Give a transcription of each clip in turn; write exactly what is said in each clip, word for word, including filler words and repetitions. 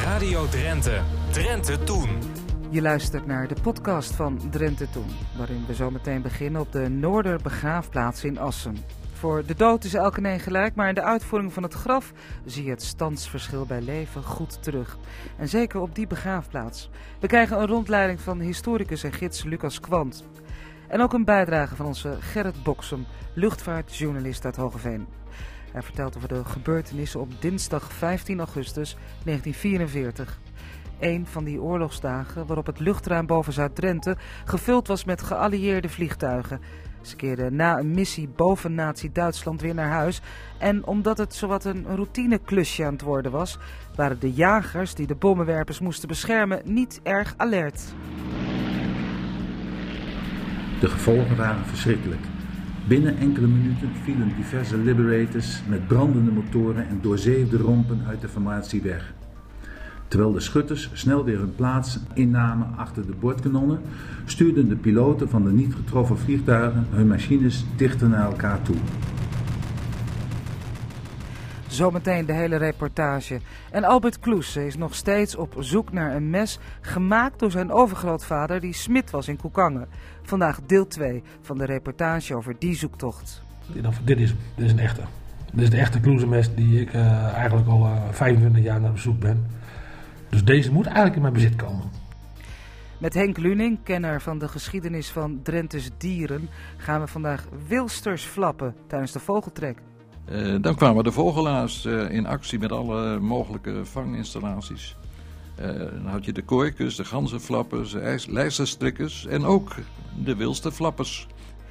Radio Drenthe. Drenthe Toen. Je luistert naar de podcast van Drenthe Toen, waarin we zo meteen beginnen op de Noorderbegraafplaats in Assen. Voor de dood is elkeneen gelijk, maar in de uitvoering van het graf zie je het standsverschil bij leven goed terug. En zeker op die begraafplaats. We krijgen een rondleiding van historicus en gids Lucas Kwant. En ook een bijdrage van onze Gerrit Boksem, luchtvaartjournalist uit Hoogeveen. Hij vertelt over de gebeurtenissen op dinsdag vijftien augustus negentien vierenveertig. Een van die oorlogsdagen waarop het luchtruim boven Zuid-Drenthe gevuld was met geallieerde vliegtuigen. Ze keerden na een missie boven Nazi-Duitsland weer naar huis. En omdat het zowat een routineklusje aan het worden was, waren de jagers die de bommenwerpers moesten beschermen niet erg alert. De gevolgen waren verschrikkelijk. Binnen enkele minuten vielen diverse Liberators met brandende motoren en doorzeefde rompen uit de formatie weg. Terwijl de schutters snel weer hun plaats innamen achter de boordkanonnen, stuurden de piloten van de niet getroffen vliegtuigen hun machines dichter naar elkaar toe. Zometeen de hele reportage. En Albert Kloese is nog steeds op zoek naar een mes gemaakt door zijn overgrootvader die smid was in Koukangen. Vandaag deel twee van de reportage over die zoektocht. Dit is, dit is een echte. Dit is de echte Kloese mes die ik uh, eigenlijk al uh, vijfentwintig jaar naar bezoek ben. Dus deze moet eigenlijk in mijn bezit komen. Met Henk Luning, kenner van de geschiedenis van Drenthes dieren, gaan we vandaag wilsters flappen tijdens de vogeltrek. Uh, dan kwamen de vogelaars uh, in actie met alle mogelijke vanginstallaties. Uh, dan had je de kooikers, de ganzenflappers, de lijsterstrikkers en ook de wilsterflappers.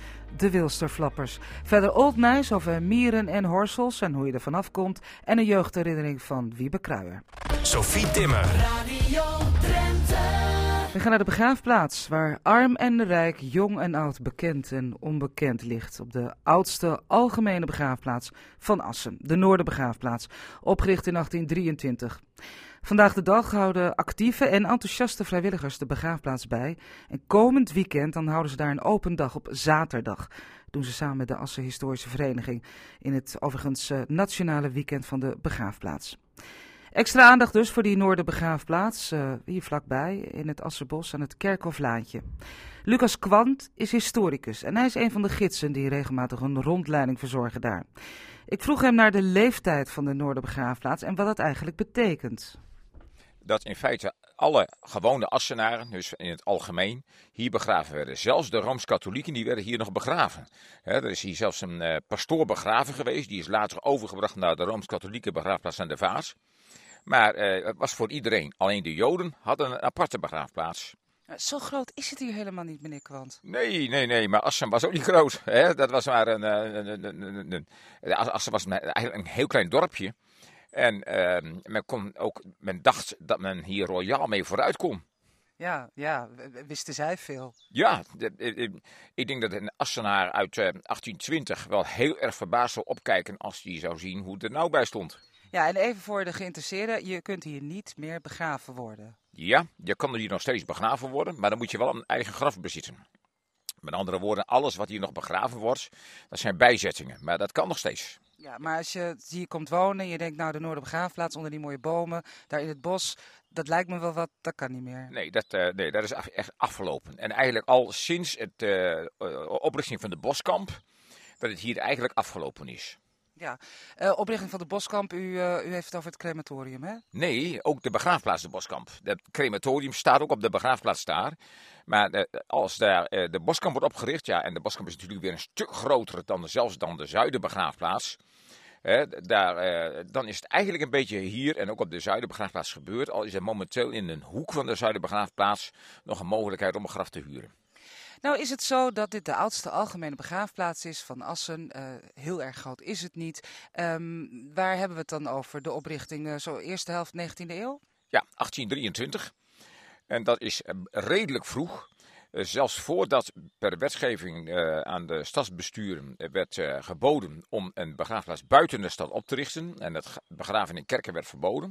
De wilsterflappers. Verder Old Nijs over mieren en horsels en hoe je er vanaf komt. En een jeugdherinnering van Wiebe Kruijer. Sophie Timmer. Radio Drenthe. We gaan naar de begraafplaats, waar arm en rijk, jong en oud, bekend en onbekend ligt. Op de oudste algemene begraafplaats van Assen, de Noorderbegraafplaats, opgericht in achttien drieëntwintig. Vandaag de dag houden actieve en enthousiaste vrijwilligers de begraafplaats bij. En komend weekend dan houden ze daar een open dag op zaterdag. Dat doen ze samen met de Assen Historische Vereniging in het overigens uh, nationale weekend van de begraafplaats. Extra aandacht dus voor die Noorderbegraafplaats, uh, hier vlakbij in het Assenbos aan het Kerkhoflaantje. Lucas Kwant is historicus en hij is een van de gidsen die regelmatig een rondleiding verzorgen daar. Ik vroeg hem naar de leeftijd van de Noorderbegraafplaats en wat dat eigenlijk betekent. Dat in feite alle gewone Assenaren, dus in het algemeen, hier begraven werden. Zelfs de Rooms-Katholieken, die werden hier nog begraven. He, er is hier zelfs een uh, pastoor begraven geweest, die is later overgebracht naar de Rooms-Katholieke begraafplaats aan de Vaars. Maar uh, het was voor iedereen. Alleen de Joden hadden een aparte begraafplaats. Zo groot is het hier helemaal niet, meneer Kwant. Nee, nee, nee, maar Assen was ook niet groot. Hè? Dat was maar een, een, een, een, een, een Assen was eigenlijk een heel klein dorpje. En uh, men, kon ook, men dacht dat men hier royaal mee vooruit kon. Ja, ja, wisten zij veel. Ja, de, de, ik denk dat een Assenaar uit uh, achttien twintig wel heel erg verbaasd zou opkijken als hij zou zien hoe het er nou bij stond. Ja, en even voor de geïnteresseerden, je kunt hier niet meer begraven worden. Ja, je kan hier nog steeds begraven worden, maar dan moet je wel een eigen graf bezitten. Met andere woorden, alles wat hier nog begraven wordt, dat zijn bijzettingen, maar dat kan nog steeds. Ja, maar als je hier komt wonen en je denkt, nou de Noorderbegraafplaats onder die mooie bomen, daar in het bos, dat lijkt me wel wat, dat kan niet meer. Nee, dat, uh, nee, dat is af, echt afgelopen. En eigenlijk al sinds het uh, oprichting van de Boskamp, dat het hier eigenlijk afgelopen is. Ja, uh, oprichting van de Boskamp, u, uh, u heeft het over het crematorium, hè? Nee, ook de begraafplaats de Boskamp. Het crematorium staat ook op de begraafplaats daar. Maar uh, als daar uh, de Boskamp wordt opgericht, ja, en de Boskamp is natuurlijk weer een stuk groter dan zelfs dan de Zuiderbegraafplaats. Uh, daar, uh, dan is het eigenlijk een beetje hier en ook op de Zuiderbegraafplaats gebeurd. Al is er momenteel in een hoek van de Zuiderbegraafplaats nog een mogelijkheid om een graf te huren. Nou is het zo dat dit de oudste algemene begraafplaats is van Assen. Uh, heel erg groot is het niet. Um, waar hebben we het dan over? De oprichting, uh, zo eerste helft negentiende eeuw? Ja, achttien drieëntwintig. En dat is uh, redelijk vroeg. Uh, zelfs voordat per wetgeving uh, aan de stadsbesturen uh, werd uh, geboden om een begraafplaats buiten de stad op te richten. En het begraven in kerken werd verboden.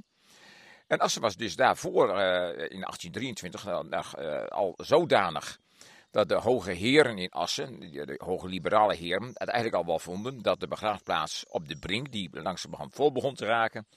En Assen was dus daarvoor uh, in achttien drieëntwintig uh, uh, al zodanig dat de hoge heren in Assen, de hoge liberale heren, het eigenlijk al wel vonden dat de begraafplaats op de Brink, die langzamerhand vol begon te raken,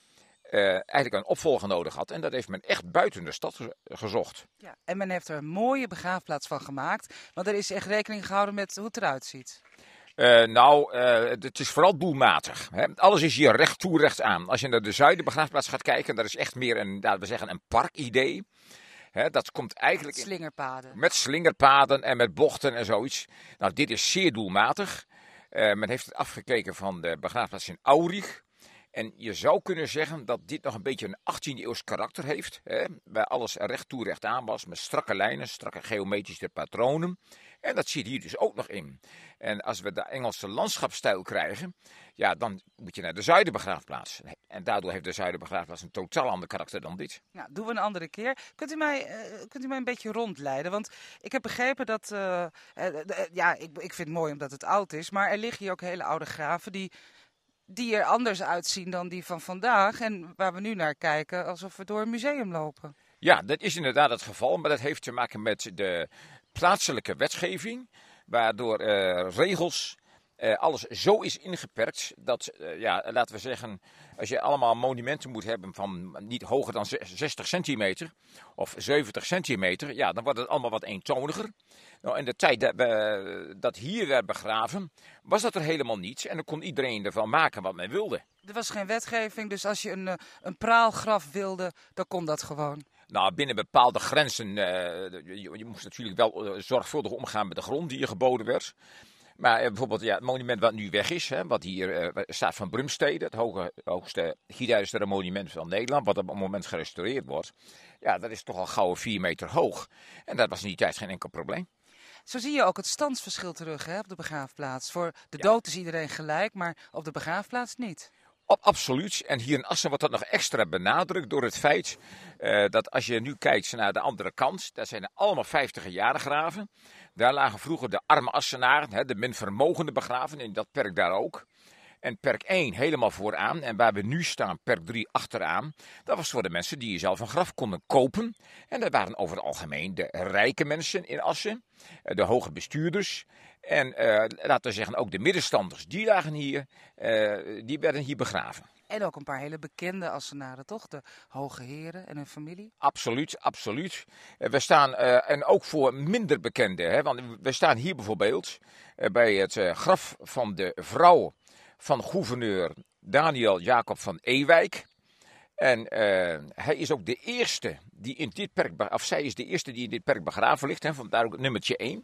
uh, eigenlijk een opvolger nodig had. En dat heeft men echt buiten de stad ge- gezocht. Ja, en men heeft er een mooie begraafplaats van gemaakt. Want er is echt rekening gehouden met hoe het eruit ziet. Uh, nou, uh, het is vooral doelmatig. Hè. Alles is hier recht toe, recht aan. Als je naar de Zuiderbegraafplaats gaat kijken, dat is echt meer een, laten we zeggen, een parkidee. Hè, dat komt eigenlijk in, slingerpaden. met slingerpaden en met bochten en zoiets. Nou, dit is zeer doelmatig. Uh, men heeft het afgekeken van de begraafplaats in Aurich. En je zou kunnen zeggen dat dit nog een beetje een achttiende eeuws karakter heeft. Hè, waar alles recht toe, recht aan was, met strakke lijnen, strakke geometrische patronen. En dat zit hier dus ook nog in. En als we de Engelse landschapsstijl krijgen, ja, dan moet je naar de Zuiderbegraafplaats. En daardoor heeft de Zuiderbegraafplaats een totaal ander karakter dan dit. Nou, doen we een andere keer. Kunt u mij, uh, kunt u mij een beetje rondleiden? Want ik heb begrepen dat, uh, uh, uh, ja, ik, ik vind het mooi omdat het oud is, maar er liggen hier ook hele oude graven die, die er anders uitzien dan die van vandaag. En waar we nu naar kijken, alsof we door een museum lopen. Ja, dat is inderdaad het geval, maar dat heeft te maken met de plaatselijke wetgeving, waardoor uh, regels, uh, alles zo is ingeperkt dat, uh, ja, laten we zeggen, als je allemaal monumenten moet hebben van niet hoger dan zestig centimeter of zeventig centimeter, ja, dan wordt het allemaal wat eentoniger. Nou, in de tijd dat, we, dat hier werd begraven, was dat er helemaal niet en dan kon iedereen ervan maken wat men wilde. Er was geen wetgeving, dus als je een, een praalgraf wilde, dan kon dat gewoon. Nou, binnen bepaalde grenzen, uh, je, je moest natuurlijk wel uh, zorgvuldig omgaan met de grond die je geboden werd. Maar uh, bijvoorbeeld ja, het monument wat nu weg is, hè, wat hier uh, staat van Brumstede, het hoge, hoogste gietijzeren monument van Nederland, wat op het moment gerestaureerd wordt. Ja, dat is toch al gauw vier meter hoog. En dat was in die tijd geen enkel probleem. Zo zie je ook het standsverschil terug, hè, op de begraafplaats. Voor de ja. dood is iedereen gelijk, maar op de begraafplaats niet. Op, absoluut. En hier in Assen wordt dat nog extra benadrukt door het feit uh, dat als je nu kijkt naar de andere kant, daar zijn er allemaal vijftiger jaren graven. Daar lagen vroeger de arme Assenaren, hè, de min vermogende begraven, in dat perk daar ook. En perk één helemaal vooraan. En waar we nu staan, perk drie achteraan. Dat was voor de mensen die zelf een graf konden kopen. En dat waren over het algemeen de rijke mensen in Assen. De hoge bestuurders. En uh, laten we zeggen ook de middenstanders. Die lagen hier. Uh, die werden hier begraven. En ook een paar hele bekende Assenaren, toch? De hoge heren en hun familie. Absoluut, absoluut. Uh, we staan, uh, en ook voor minder bekende. Hè, want we staan hier bijvoorbeeld uh, bij het uh, graf van de vrouw van gouverneur Daniel Jacob van Ewijk. En uh, hij is ook de eerste die in dit perk, of zij is de eerste die in dit perk begraven ligt. Hè, vandaar ook het nummertje één.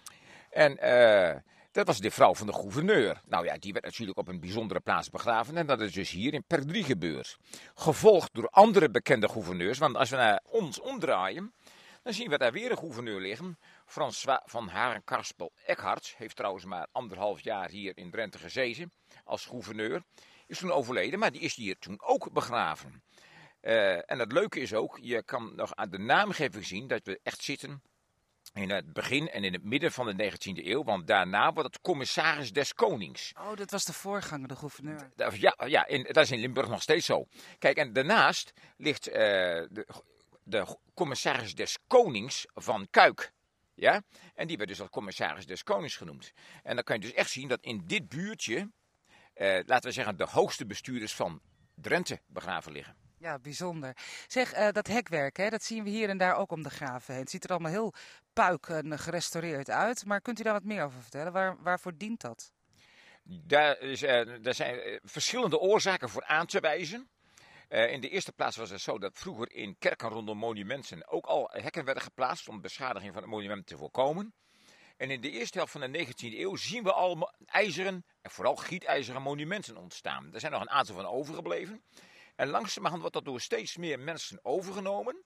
En uh, dat was de vrouw van de gouverneur. Nou ja, die werd natuurlijk op een bijzondere plaats begraven. En dat is dus hier in perk drie gebeurd. Gevolgd door andere bekende gouverneurs. Want als we naar ons omdraaien, dan zien we daar weer een gouverneur liggen. François van Haren-Karspel-Eckarts heeft trouwens maar anderhalf jaar hier in Drenthe gezeten als gouverneur. Is toen overleden, maar die is hier toen ook begraven. Uh, en het leuke is ook, je kan nog aan de naamgeving zien dat we echt zitten in het begin en in het midden van de negentiende eeuw. Want daarna wordt het commissaris des konings. Oh, dat was de voorganger, de gouverneur. Ja, ja in, dat is in Limburg nog steeds zo. Kijk, en daarnaast ligt uh, de, de commissaris des konings van Kuik. Ja? En die werd dus als commissaris des konings genoemd. En dan kan je dus echt zien dat in dit buurtje, uh, laten we zeggen, de hoogste bestuurders van Drenthe begraven liggen. Ja, bijzonder. Zeg, uh, dat hekwerk, hè, dat zien we hier en daar ook om de graven heen. Het ziet er allemaal heel puik en gerestaureerd uit. Maar kunt u daar wat meer over vertellen? Waar, waarvoor dient dat? Daar, is, uh, daar zijn uh, verschillende oorzaken voor aan te wijzen. Uh, in de eerste plaats was het zo dat vroeger in kerken rondom monumenten ook al hekken werden geplaatst om beschadiging van het monument te voorkomen. En in de eerste helft van de negentiende eeuw zien we al ijzeren en vooral gietijzeren monumenten ontstaan. Er zijn nog een aantal van overgebleven. En langzamerhand wordt dat door steeds meer mensen overgenomen.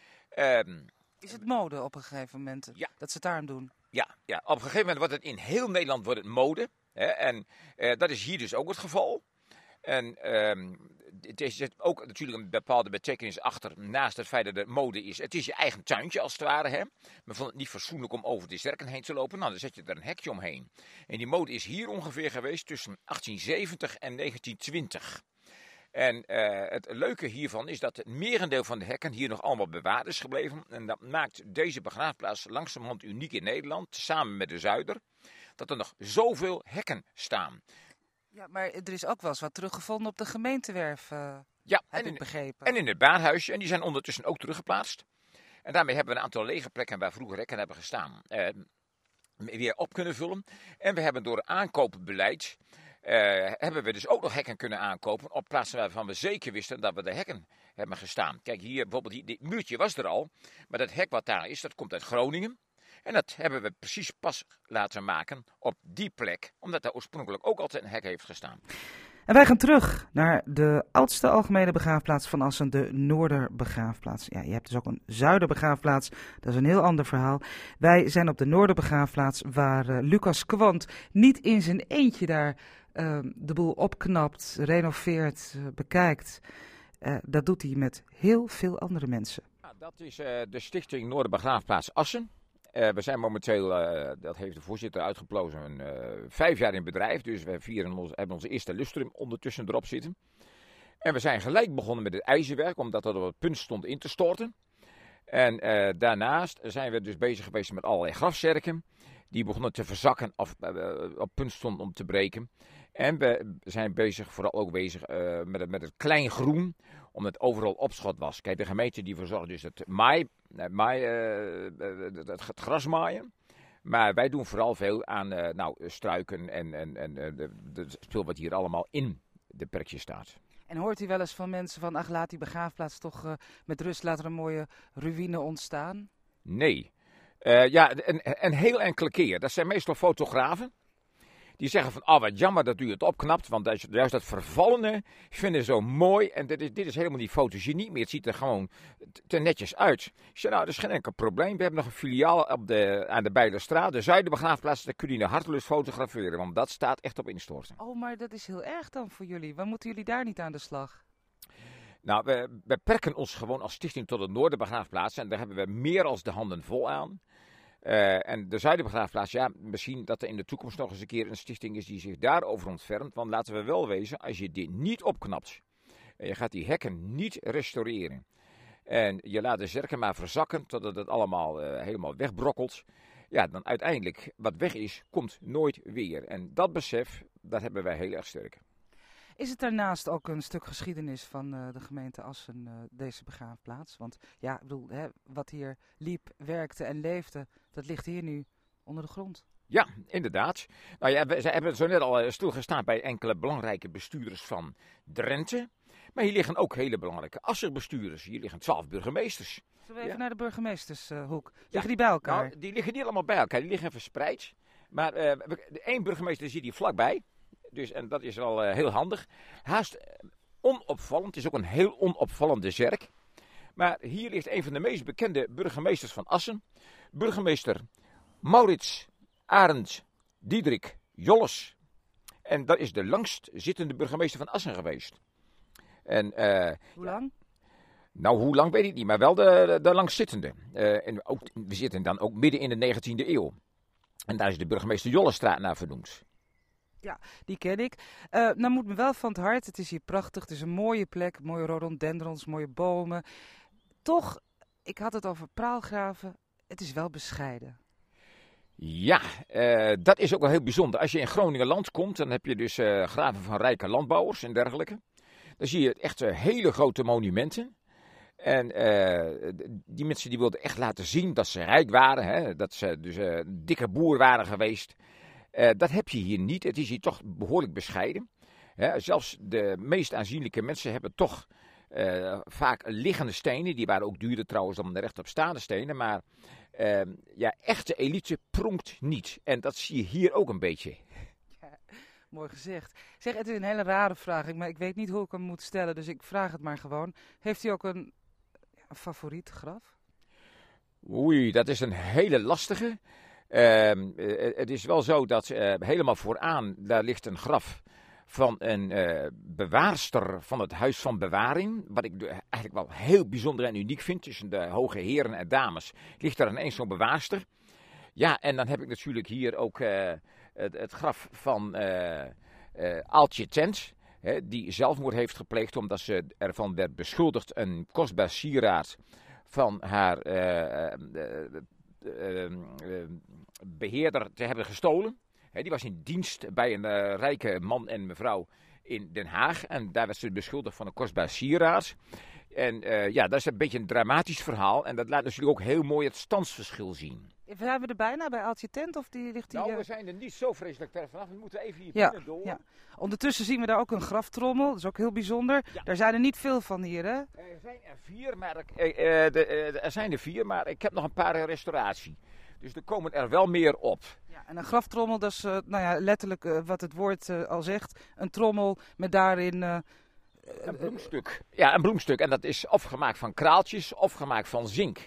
Um, Is het mode op een gegeven moment ja. dat ze het daarom doen? Ja, ja, op een gegeven moment wordt het in heel Nederland wordt het mode. Hè, en uh, dat is hier dus ook het geval. En um, er zit ook natuurlijk een bepaalde betekenis achter, naast het feit dat het mode is. Het is je eigen tuintje als het ware. Hè? Men vond het niet fatsoenlijk om over de zerken heen te lopen. Nou, dan zet je er een hekje omheen. En die mode is hier ongeveer geweest tussen achttien zeventig en negentien twintig. En uh, het leuke hiervan is dat het merendeel van de hekken hier nog allemaal bewaard is gebleven. En dat maakt deze begraafplaats langzamerhand uniek in Nederland, samen met de Zuider. Dat er nog zoveel hekken staan. Ja, maar er is ook wel eens wat teruggevonden op de gemeentewerf. Uh... Ja, heb en ik in, begrepen. en in het baanhuisje. En die zijn ondertussen ook teruggeplaatst. En daarmee hebben we een aantal lege plekken waar vroeger hekken hebben gestaan, eh, weer op kunnen vullen. En we hebben door aankoopbeleid, eh, hebben we dus ook nog hekken kunnen aankopen op plaatsen waarvan we zeker wisten dat we de hekken hebben gestaan. Kijk, hier bijvoorbeeld, die, dit muurtje was er al, maar dat hek wat daar is, dat komt uit Groningen. En dat hebben we precies pas laten maken op die plek, omdat daar oorspronkelijk ook altijd een hek heeft gestaan. En wij gaan terug naar de oudste algemene begraafplaats van Assen, de Noorderbegraafplaats. Ja, je hebt dus ook een Zuiderbegraafplaats, dat is een heel ander verhaal. Wij zijn op de Noorderbegraafplaats waar uh, Lucas Kwant niet in zijn eentje daar uh, de boel opknapt, renoveert, uh, bekijkt. Uh, dat doet hij met heel veel andere mensen. Ja, dat is uh, de stichting Noorderbegraafplaats Assen. Uh, we zijn momenteel, uh, dat heeft de voorzitter uitgeplozen, uh, vijf jaar in bedrijf. Dus we vieren ons, hebben onze eerste lustrum ondertussen erop zitten. En we zijn gelijk begonnen met het ijzerwerk, omdat dat op het punt stond in te storten. En uh, daarnaast zijn we dus bezig geweest met allerlei grafzerken. Die begonnen te verzakken of uh, op punt stonden om te breken. En we zijn bezig, vooral ook bezig uh, met, het, met het klein groen, omdat het overal opschot was. Kijk, de gemeente die verzorgt dus het maai, maai, uh, het, het grasmaaien. Maar wij doen vooral veel aan uh, nou, struiken en, en, en uh, de, de spul wat hier allemaal in de perkje staat. En hoort u wel eens van mensen van, ach, laat die begraafplaats toch uh, met rust, laat er een mooie ruïne ontstaan? Nee. Uh, ja, een, een heel enkele keer. Dat zijn meestal fotografen. Die zeggen van, ah, oh, wat jammer dat u het opknapt, want dat is, juist dat vervallene vinden ze zo mooi. En dit is, dit is helemaal niet fotogeniek meer, het ziet er gewoon te netjes uit. Ik zeg, nou, dat is geen enkel probleem. We hebben nog een filiaal op de, aan de Bijlerstraat, de Zuiderbegraafplaats, daar kun je naar hartelust fotograferen, want dat staat echt op instorten. Oh, maar dat is heel erg dan voor jullie. Waar moeten jullie daar niet aan de slag? Nou, we beperken ons gewoon als stichting tot de Noorderbegraafplaats en daar hebben we meer als de handen vol aan. Uh, en de Zuiderbegraafplaats, ja, misschien dat er in de toekomst nog eens een keer een stichting is die zich daarover ontfermt. Want laten we wel wezen, als je dit niet opknapt, en je gaat die hekken niet restaureren, en je laat de zerken maar verzakken totdat het allemaal uh, helemaal wegbrokkelt, ja, dan uiteindelijk wat weg is, komt nooit weer. En dat besef, dat hebben wij heel erg sterk. Is het daarnaast ook een stuk geschiedenis van uh, de gemeente Assen, uh, deze begraafplaats? Want ja, ik bedoel, hè, wat hier liep, werkte en leefde, dat ligt hier nu onder de grond. Ja, inderdaad. Nou ja, we hebben zo net al stilgestaan bij enkele belangrijke bestuurders van Drenthe. Maar hier liggen ook hele belangrijke Asser-bestuurders. Hier liggen twaalf burgemeesters. Zullen we even ja. naar de burgemeestershoek? Liggen ja. die bij elkaar? Nou, die liggen niet allemaal bij elkaar, die liggen verspreid. Maar uh, één burgemeester zit hier vlakbij. Dus, en dat is wel uh, heel handig. Haast uh, onopvallend. Het is ook een heel onopvallende zerk. Maar hier ligt een van de meest bekende burgemeesters van Assen. Burgemeester Maurits Arend Diederik Jolles. En dat is de langst zittende burgemeester van Assen geweest. En, uh, hoe lang? Nou, hoe lang weet ik niet, maar wel de, de, de langstzittende. Uh, en ook, we zitten dan ook midden in de negentiende eeuw. En daar is de burgemeester Jollesstraat naar vernoemd. Ja, die ken ik. Uh, nou moet me wel van het hart, het is hier prachtig, het is een mooie plek, mooie rhododendrons, mooie bomen. Toch, ik had het over praalgraven, het is wel bescheiden. Ja, uh, dat is ook wel heel bijzonder. Als je in Groningen land komt, dan heb je dus uh, graven van rijke landbouwers en dergelijke. Dan zie je echt uh, hele grote monumenten. En uh, die mensen die wilden echt laten zien dat ze rijk waren, hè? Dat ze dus uh, een dikke boer waren geweest. Uh, dat heb je hier niet. Het is hier toch behoorlijk bescheiden. Hè? Zelfs de meest aanzienlijke mensen hebben toch uh, vaak liggende stenen. Die waren ook duurder trouwens dan de rechtop staande stenen. Maar uh, ja, echte elite pronkt niet. En dat zie je hier ook een beetje. Ja, mooi gezegd. Zeg, het is een hele rare vraag, maar ik weet niet hoe ik hem moet stellen. Dus ik vraag het maar gewoon. Heeft u ook een, een favoriet graf? Oei, dat is een hele lastige. Uh, uh, het is wel zo dat uh, helemaal vooraan, daar ligt een graf van een uh, bewaarster van het Huis van Bewaring. Wat ik eigenlijk wel heel bijzonder en uniek vind. Tussen de hoge heren en dames ligt daar ineens zo'n bewaarster. Ja, en dan heb ik natuurlijk hier ook uh, het, het graf van uh, uh, Aaltje Tent. Hè, die zelfmoord heeft gepleegd omdat ze ervan werd beschuldigd een kostbaar sieraad van haar Uh, uh, uh, Uh, uh, beheerder te hebben gestolen. He, die was in dienst bij een uh, rijke man en mevrouw in Den Haag. En daar werd ze beschuldigd van een kostbaar sieraad. En uh, ja, dat is een beetje een dramatisch verhaal. En dat laat natuurlijk ook heel mooi het standsverschil zien. Zijn we er bijna bij Aaltje Tent? Of die ligt die, nou, uh... we zijn er niet zo vreselijk ver vanaf. We moeten even hier ja, binnen door. Ja. Ondertussen zien we daar ook een graftrommel. Dat is ook heel bijzonder. Ja. Daar zijn er niet veel van hier, hè? Er zijn er vier, maar, ik, uh, de, uh, er zijn er vier, maar ik heb nog een paar in restauratie. Dus er komen er wel meer op. Ja, en een graftrommel, dat is uh, nou ja, letterlijk uh, wat het woord uh, al zegt. Een trommel met daarin... Uh, een bloemstuk. Ja, een bloemstuk. En dat is of gemaakt van kraaltjes of gemaakt van zink.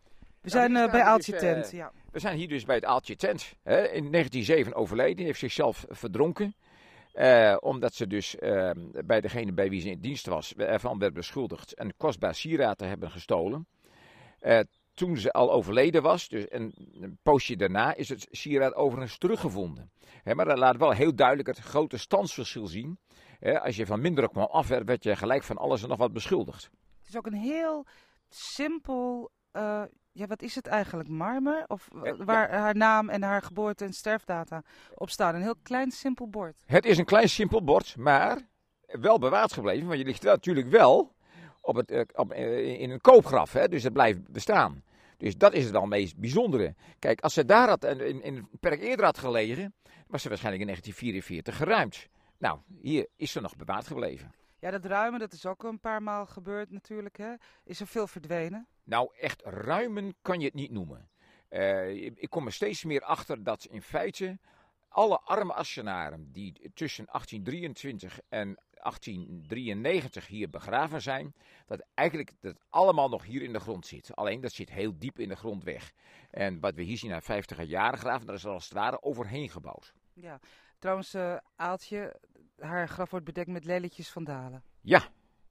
We zijn uh, bij Aaltje dus, Tent, uh, ja. We zijn hier dus bij het Aaltje Tent. Hè. In negentien zeven overleden, heeft zichzelf verdronken. Uh, omdat ze dus uh, bij degene bij wie ze in dienst was, ervan werd beschuldigd een kostbaar sieraad te hebben gestolen. Uh, toen ze al overleden was, dus een, een poosje daarna, is het sieraad overigens teruggevonden. Hè, maar dat laat wel heel duidelijk het grote standsverschil zien. Hè, als je van mindere kwam af werd, werd je gelijk van alles en nog wat beschuldigd. Het is ook een heel simpel... Uh... Ja, wat is het eigenlijk? Marmer? Of waar ja. haar naam en haar geboorte en sterfdata op staan? Een heel klein, simpel bord. Het is een klein, simpel bord, maar wel bewaard gebleven. Want je ligt wel, natuurlijk wel op het, op, in een koopgraf, hè? Dus het blijft bestaan. Dus dat is het al meest bijzondere. Kijk, als ze daar had, in, in een perk eerder had gelegen, was ze waarschijnlijk in negentien vierenveertig geruimd. Nou, hier is ze nog bewaard gebleven. Ja, dat ruimen, dat is ook een paar maal gebeurd natuurlijk, hè? Is er veel verdwenen? Nou, echt ruimen kan je het niet noemen. Uh, ik kom er steeds meer achter dat in feite alle arme Assenaren die tussen achttien drieëntwintig en achttien drieënnegentig hier begraven zijn, dat eigenlijk dat allemaal nog hier in de grond zit. Alleen dat zit heel diep in de grond weg. En wat we hier zien naar vijftiger jaren graven, daar is er als het ware overheen gebouwd. Ja, trouwens, uh, Aaltje, haar graf wordt bedekt met lelietjes van Dalen. Ja.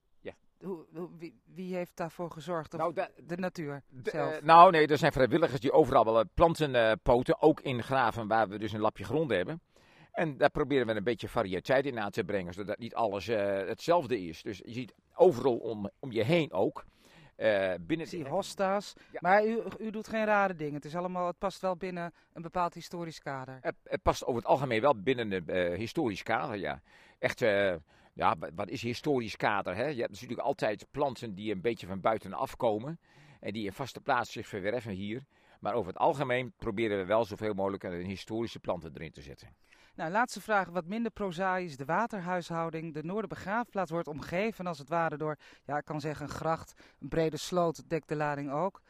Hoe, hoe, wie, wie heeft daarvoor gezorgd? Of nou, de, de natuur de, zelf? Uh, nou nee, er zijn vrijwilligers die overal wel planten uh, poten, ook in graven waar we dus een lapje grond hebben. En daar proberen we een beetje variëteit in aan te brengen, zodat niet alles uh, hetzelfde is. Dus je ziet overal om, om je heen ook. Uh, binnen zie hosta's, ja. Maar u, u doet geen rare dingen. Het, is allemaal, het past wel binnen een bepaald historisch kader. Het, het past over het algemeen wel binnen een uh, historisch kader, ja. Echt... Uh, Ja, wat is historisch kader? Hè? Je hebt natuurlijk altijd planten die een beetje van buitenaf komen. En die in vaste plaats zich verwerven hier. Maar over het algemeen proberen we wel zoveel mogelijk een historische planten erin te zetten. Nou, laatste vraag, wat minder prozaïs. De waterhuishouding, de Noorderbegraafplaats wordt omgeven als het ware door, ja, ik kan zeggen een gracht. Een brede sloot dekt de lading ook.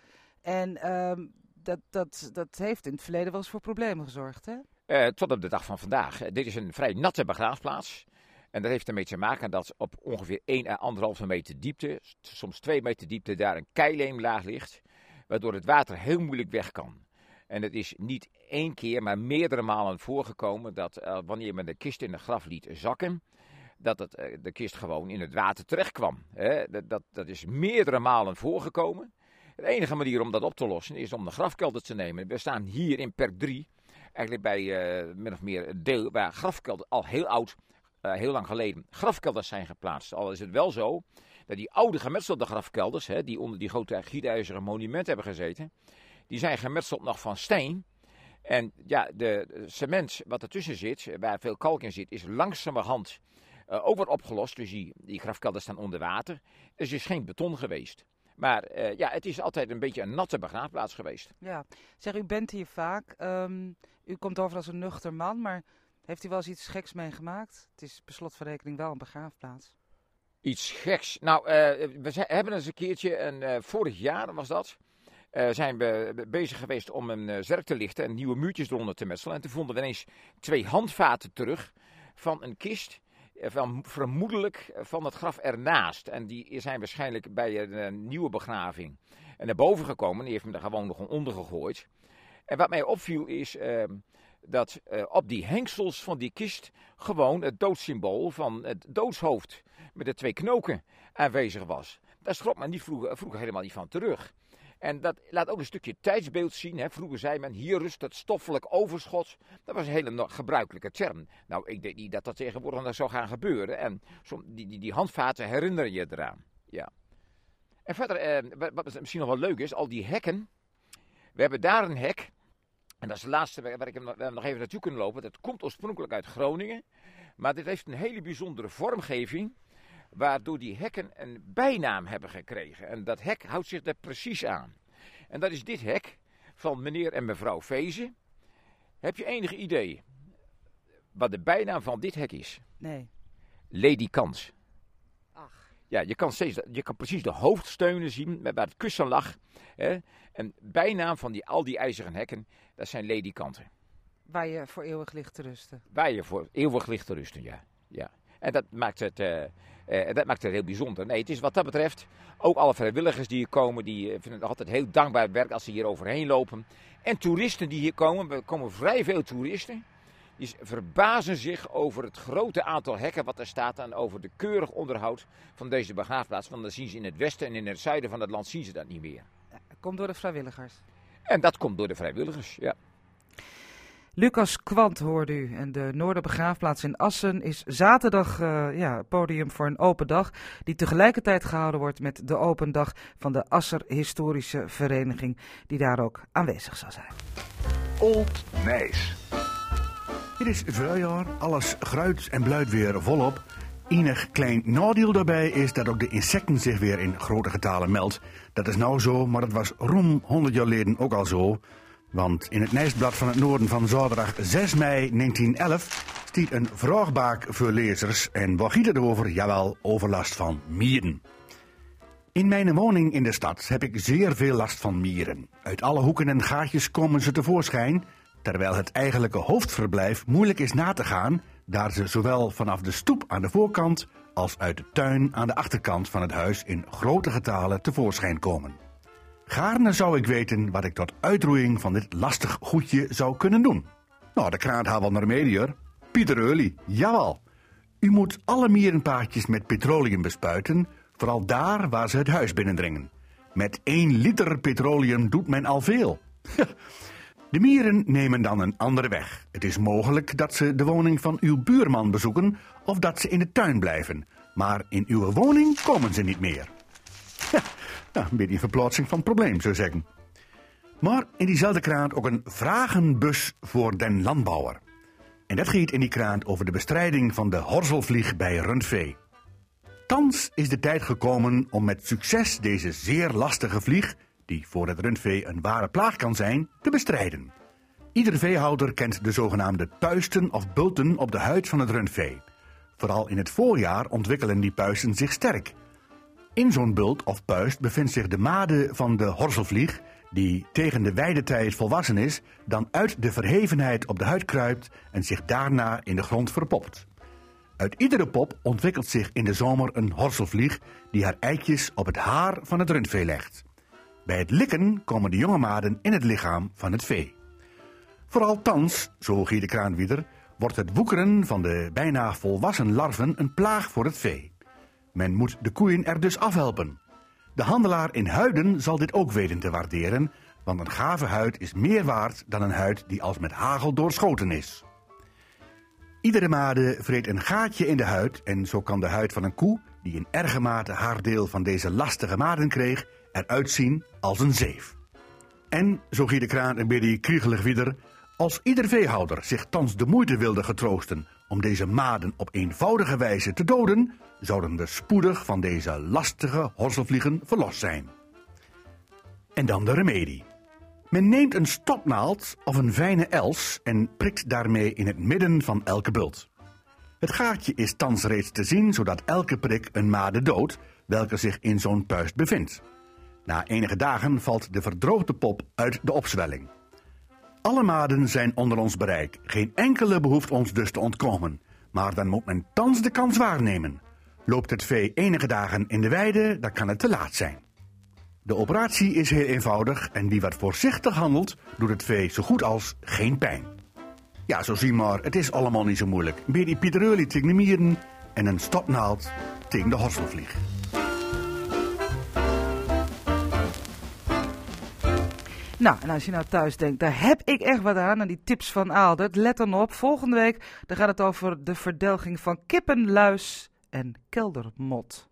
En um, dat, dat, dat heeft in het verleden wel eens voor problemen gezorgd, hè? Uh, tot op de dag van vandaag. Uh, dit is een vrij natte begraafplaats. En dat heeft ermee te maken dat op ongeveer één à anderhalve meter diepte, soms twee meter diepte, daar een keileemlaag ligt, waardoor het water heel moeilijk weg kan. En het is niet één keer, maar meerdere malen voorgekomen dat uh, wanneer men de kist in de graf liet zakken, dat het, uh, de kist gewoon in het water terecht kwam. Hè? Dat, dat, dat is meerdere malen voorgekomen. De enige manier om dat op te lossen is om de grafkelder te nemen. We staan hier in perk drie, eigenlijk bij uh, min of meer het deel waar grafkelder al heel oud, uh, heel lang geleden, grafkelders zijn geplaatst. Al is het wel zo dat die oude gemetselde grafkelders, hè, die onder die grote gietijzeren monumenten hebben gezeten, die zijn gemetseld nog van steen. En ja, de cement wat ertussen zit, waar veel kalk in zit, is langzamerhand uh, ook wordt opgelost. Dus die, die grafkelders staan onder water. Dus is geen beton geweest. Maar uh, ja, het is altijd een beetje een natte begraafplaats geweest. Ja, zeg, u bent hier vaak. Um, u komt over als een nuchter man, maar heeft u wel eens iets geks meegemaakt? Het is per slot van rekening wel een begraafplaats. Iets geks? Nou, uh, we zijn, hebben eens een keertje, en uh, vorig jaar was dat, uh, zijn we bezig geweest om een uh, zerk te lichten en nieuwe muurtjes eronder te metselen. En toen vonden we ineens twee handvaten terug van een kist, van, vermoedelijk van het graf ernaast. En die zijn waarschijnlijk bij een, een nieuwe begraving en naar boven gekomen. Die heeft me er gewoon nog onder gegooid. En wat mij opviel is uh, dat uh, op die hengsels van die kist gewoon het doodssymbool van het doodshoofd met de twee knoken aanwezig was. Daar schrok men niet vroeger, vroeger helemaal niet van terug. En dat laat ook een stukje tijdsbeeld zien. Hè. Vroeger zei men, hier rust het stoffelijk overschot. Dat was een hele gebruikelijke term. Nou, ik denk niet dat dat tegenwoordig nog zou gaan gebeuren. En som, die, die, die handvaten herinneren je eraan. Ja. En verder, eh, wat, wat misschien nog wel leuk is, al die hekken. We hebben daar een hek. En dat is de laatste waar ik hem nog, nog even naartoe kunnen lopen. Dat komt oorspronkelijk uit Groningen. Maar dit heeft een hele bijzondere vormgeving, waardoor die hekken een bijnaam hebben gekregen. En dat hek houdt zich daar precies aan. En dat is dit hek van meneer en mevrouw Vezen. Heb je enig idee wat de bijnaam van dit hek is? Nee. Lady Kans. Ach. Ja, je kan, steeds, je kan precies de hoofdsteunen zien waar het kussen lag. Hè. En bijnaam van die, al die ijzeren hekken, dat zijn ledikanten. Waar je voor eeuwig ligt te rusten. Waar je voor eeuwig ligt te rusten, ja. ja. En dat maakt, het, uh, uh, dat maakt het heel bijzonder. Nee, het is wat dat betreft, ook alle vrijwilligers die hier komen, die uh, vinden het altijd heel dankbaar werk als ze hier overheen lopen. En toeristen die hier komen, er komen vrij veel toeristen. Die verbazen zich over het grote aantal hekken wat er staat en over de keurig onderhoud van deze begraafplaats. Want dan zien ze in het westen en in het zuiden van het land zien ze dat niet meer. Ja, komt door de vrijwilligers. En dat komt door de vrijwilligers, ja. Lucas Kwant hoorde u en de Noorderbegraafplaats in Assen is zaterdag uh, ja, podium voor een open dag die tegelijkertijd gehouden wordt met de open dag van de Asser Historische Vereniging die daar ook aanwezig zal zijn. Old Nijs. Het is voorjaar, alles gruit en bluit weer volop. Enig klein nadeel daarbij is dat ook de insecten zich weer in grote getalen meldt. Dat is nou zo, maar dat was ruim honderd jaar geleden ook al zo. Want in het Nijsblad van het Noorden van zaterdag zes mei negentien elf stiet een vraagbaak voor lezers. En waar gaat het over? Jawel, overlast van mieren. In mijn woning in de stad heb ik zeer veel last van mieren. Uit alle hoeken en gaatjes komen ze tevoorschijn, terwijl het eigenlijke hoofdverblijf moeilijk is na te gaan, daar ze zowel vanaf de stoep aan de voorkant als uit de tuin aan de achterkant van het huis in grote getalen tevoorschijn komen. Gaarne zou ik weten wat ik tot uitroeiing van dit lastig goedje zou kunnen doen. Nou, de kraan haalt wel naar medier. Pieter Early, jawel. U moet alle mierenpaadjes met petroleum bespuiten, vooral daar waar ze het huis binnendringen. Met één liter petroleum doet men al veel. De mieren nemen dan een andere weg. Het is mogelijk dat ze de woning van uw buurman bezoeken of dat ze in de tuin blijven. Maar in uw woning komen ze niet meer. Ja, nou, een beetje een verplaatsing van het probleem, zou ik zeggen. Maar in diezelfde kraan ook een vragenbus voor den landbouwer. En dat gaat in die kraan over de bestrijding van de horzelvlieg bij rundvee. Thans is de tijd gekomen om met succes deze zeer lastige vlieg, die voor het rundvee een ware plaag kan zijn, te bestrijden. Ieder veehouder kent de zogenaamde puisten of bulten op de huid van het rundvee. Vooral in het voorjaar ontwikkelen die puisten zich sterk. In zo'n bult of puist bevindt zich de made van de horzelvlieg, die tegen de weidetijd volwassen is, dan uit de verhevenheid op de huid kruipt en zich daarna in de grond verpopt. Uit iedere pop ontwikkelt zich in de zomer een horzelvlieg die haar eitjes op het haar van het rundvee legt. Bij het likken komen de jonge maden in het lichaam van het vee. Vooral thans, zo giet de kraanwieder, wordt het woekeren van de bijna volwassen larven een plaag voor het vee. Men moet de koeien er dus afhelpen. De handelaar in huiden zal dit ook weten te waarderen, want een gave huid is meer waard dan een huid die als met hagel doorschoten is. Iedere made vreet een gaatje in de huid en zo kan de huid van een koe, die in erge mate haar deel van deze lastige maden kreeg, eruit zien als een zeef. En, zo giet de kraan een beetje kriegelig wieder, als ieder veehouder zich thans de moeite wilde getroosten om deze maden op eenvoudige wijze te doden, zouden we spoedig van deze lastige horzelvliegen verlost zijn. En dan de remedie. Men neemt een stopnaald of een fijne els en prikt daarmee in het midden van elke bult. Het gaatje is thans reeds te zien, zodat elke prik een made doodt, welke zich in zo'n puist bevindt. Na enige dagen valt de verdroogde pop uit de opzwelling. Alle maden zijn onder ons bereik, geen enkele behoeft ons dus te ontkomen, maar dan moet men thans de kans waarnemen. Loopt het vee enige dagen in de weide, dan kan het te laat zijn. De operatie is heel eenvoudig en wie wat voorzichtig handelt, doet het vee zo goed als geen pijn. Ja, zo zie maar, het is allemaal niet zo moeilijk. Een beetje Pieter Early tegen de mieren en een stopnaald tegen de horzelvlieg. Nou, en als je nou thuis denkt, daar heb ik echt wat aan, aan die tips van Aaldert, let dan op. Volgende week dan gaat het over de verdelging van kippen, luis en keldermot.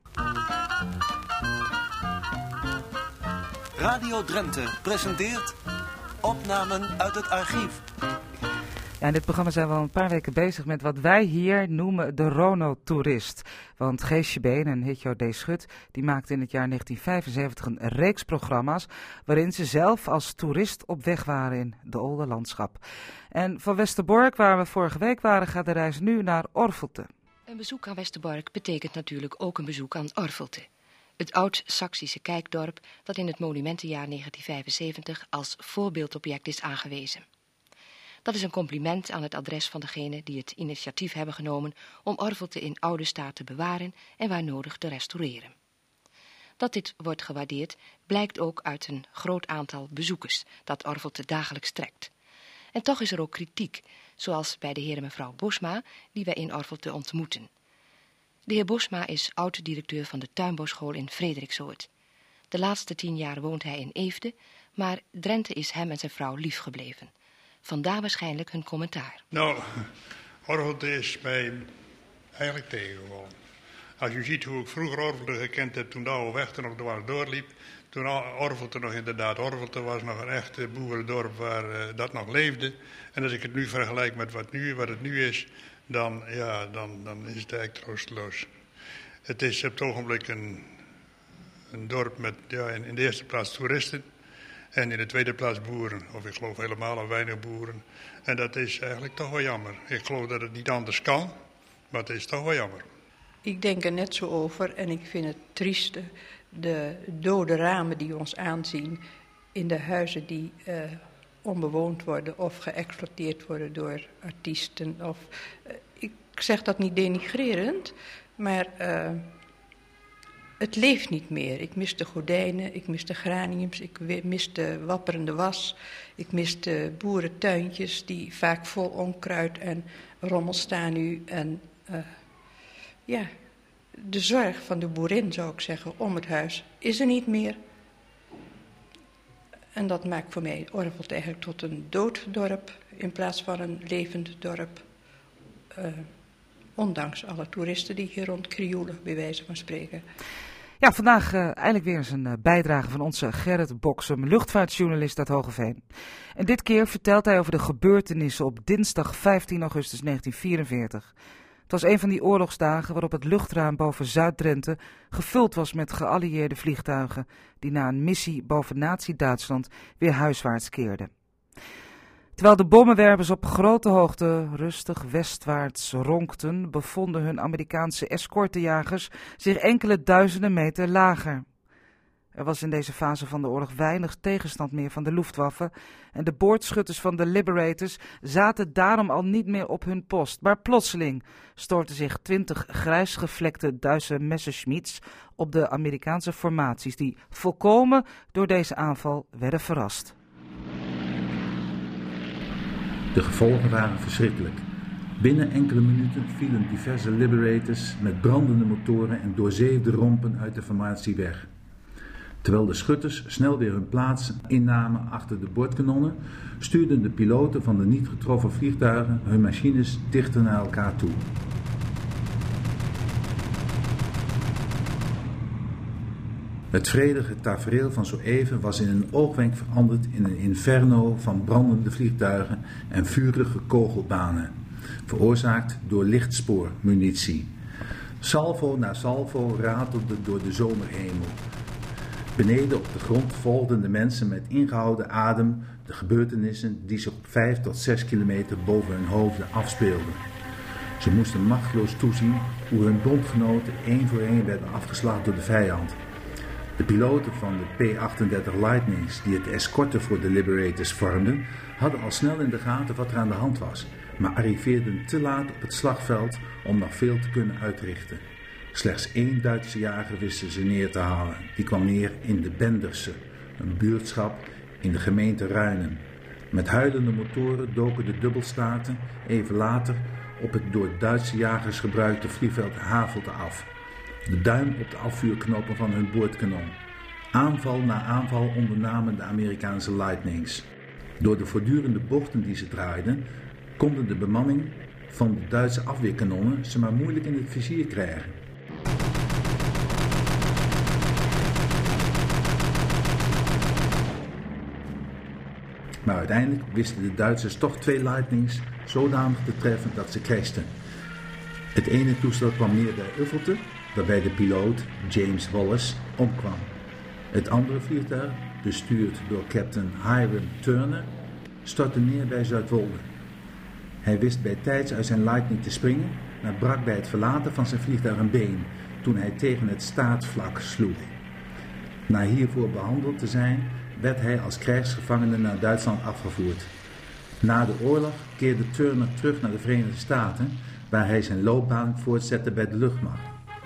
Radio Drenthe presenteert opnamen uit het archief. Ja, Ja, in dit programma zijn we al een paar weken bezig met wat wij hier noemen de Rono-toerist. Want Geesje Been en Hitjo D. Schut die maakten in het jaar negentien vijfenzeventig een reeks programma's waarin ze zelf als toerist op weg waren in de oude landschap. En van Westerbork, waar we vorige week waren, gaat de reis nu naar Orvelte. Een bezoek aan Westerbork betekent natuurlijk ook een bezoek aan Orvelte. Het oud-Saksische kijkdorp dat in het monumentenjaar negentien vijfenzeventig als voorbeeldobject is aangewezen. Dat is een compliment aan het adres van degenen die het initiatief hebben genomen om Orvelte in oude staat te bewaren en waar nodig te restaureren. Dat dit wordt gewaardeerd blijkt ook uit een groot aantal bezoekers dat Orvelte dagelijks trekt. En toch is er ook kritiek, zoals bij de heer en mevrouw Bosma die wij in Orvelte ontmoeten. De heer Bosma is oud-directeur van de tuinbouwschool in Frederiksoord. De laatste tien jaar woont hij in Eefde, maar Drenthe is hem en zijn vrouw lief gebleven. Vandaar waarschijnlijk hun commentaar. Nou, Orvelte is mij eigenlijk tegengevallen. Als u ziet hoe ik vroeger Orvelte gekend heb toen de oude weg er nog dwars doorliep. Toen Orvelte nog inderdaad Orvelte was, nog een echt boerendorp waar uh, dat nog leefde. En als ik het nu vergelijk met wat, nu, wat het nu is, dan, ja, dan, dan is het eigenlijk troosteloos. Het is op het ogenblik een, een dorp met ja, in, in de eerste plaats toeristen. En in de tweede plaats boeren, of ik geloof helemaal aan weinig boeren. En dat is eigenlijk toch wel jammer. Ik geloof dat het niet anders kan, maar het is toch wel jammer. Ik denk er net zo over en ik vind het trieste. De dode ramen die ons aanzien in de huizen die uh, onbewoond worden of geëxploiteerd worden door artiesten. Of, uh, ik zeg dat niet denigrerend, maar uh, het leeft niet meer. Ik mis de gordijnen, ik mis de geraniums, ik mis de wapperende was. Ik mis de boerentuintjes die vaak vol onkruid en rommel staan nu. En uh, ja, de zorg van de boerin, zou ik zeggen, om het huis is er niet meer. En dat maakt voor mij Orvelte eigenlijk tot een dood dorp in plaats van een levend dorp. Uh, ondanks alle toeristen die hier rond krioelen, bij wijze van spreken. Ja, vandaag uh, eindelijk weer eens een uh, bijdrage van onze Gerrit Boksem, luchtvaartjournalist uit Hoogeveen. En dit keer vertelt hij over de gebeurtenissen op dinsdag vijftien augustus negentien vierenveertig. Het was een van die oorlogsdagen waarop het luchtruim boven Zuid-Drenthe gevuld was met geallieerde vliegtuigen die na een missie boven Nazi-Duitsland weer huiswaarts keerden. Terwijl de bommenwerpers op grote hoogte rustig westwaarts ronkten, bevonden hun Amerikaanse escortejagers zich enkele duizenden meter lager. Er was in deze fase van de oorlog weinig tegenstand meer van de Luftwaffe en de boordschutters van de Liberators zaten daarom al niet meer op hun post. Maar plotseling stortten zich twintig grijsgevlekte Duitse Messerschmitts op de Amerikaanse formaties die volkomen door deze aanval werden verrast. De gevolgen waren verschrikkelijk. Binnen enkele minuten vielen diverse Liberators met brandende motoren en doorzeefde rompen uit de formatie weg. Terwijl de schutters snel weer hun plaats innamen achter de boordkanonnen, stuurden de piloten van de niet getroffen vliegtuigen hun machines dichter naar elkaar toe. Het vredige tafereel van zo even was in een oogwenk veranderd in een inferno van brandende vliegtuigen en vurige kogelbanen, veroorzaakt door lichtspoormunitie. Salvo na salvo ratelde door de zomerhemel. Beneden op de grond volgden de mensen met ingehouden adem de gebeurtenissen die zich op vijf tot zes kilometer boven hun hoofden afspeelden. Ze moesten machteloos toezien hoe hun bondgenoten één voor één werden afgeslagen door de vijand. De piloten van de P achtendertig Lightnings die het escorte voor de Liberators vormden, hadden al snel in de gaten wat er aan de hand was, maar arriveerden te laat op het slagveld om nog veel te kunnen uitrichten. Slechts één Duitse jager wisten ze neer te halen. Die kwam neer in de Benderse, een buurtschap in de gemeente Ruinen. Met huilende motoren doken de dubbelstaarten even later op het door Duitse jagers gebruikte vliegveld Havelte af. De duim op de afvuurknoppen van hun boordkanon. Aanval na aanval ondernamen de Amerikaanse Lightnings. Door de voortdurende bochten die ze draaiden, konden de bemanning van de Duitse afweerkanonnen ze maar moeilijk in het vizier krijgen. Maar uiteindelijk wisten de Duitsers toch twee Lightnings zodanig te treffen dat ze crashten. Het ene toestel kwam neer bij Uffelte, waarbij de piloot, James Wallace, omkwam. Het andere vliegtuig, bestuurd door captain Hiram Turner, stortte neer bij Zuidwolde. Hij wist bij tijds uit zijn Lightning te springen, maar brak bij het verlaten van zijn vliegtuig een been toen hij tegen het staatvlak sloeg. Na hiervoor behandeld te zijn, werd hij als krijgsgevangene naar Duitsland afgevoerd. Na de oorlog keerde Turner terug naar de Verenigde Staten, waar hij zijn loopbaan voortzette bij de luchtmacht.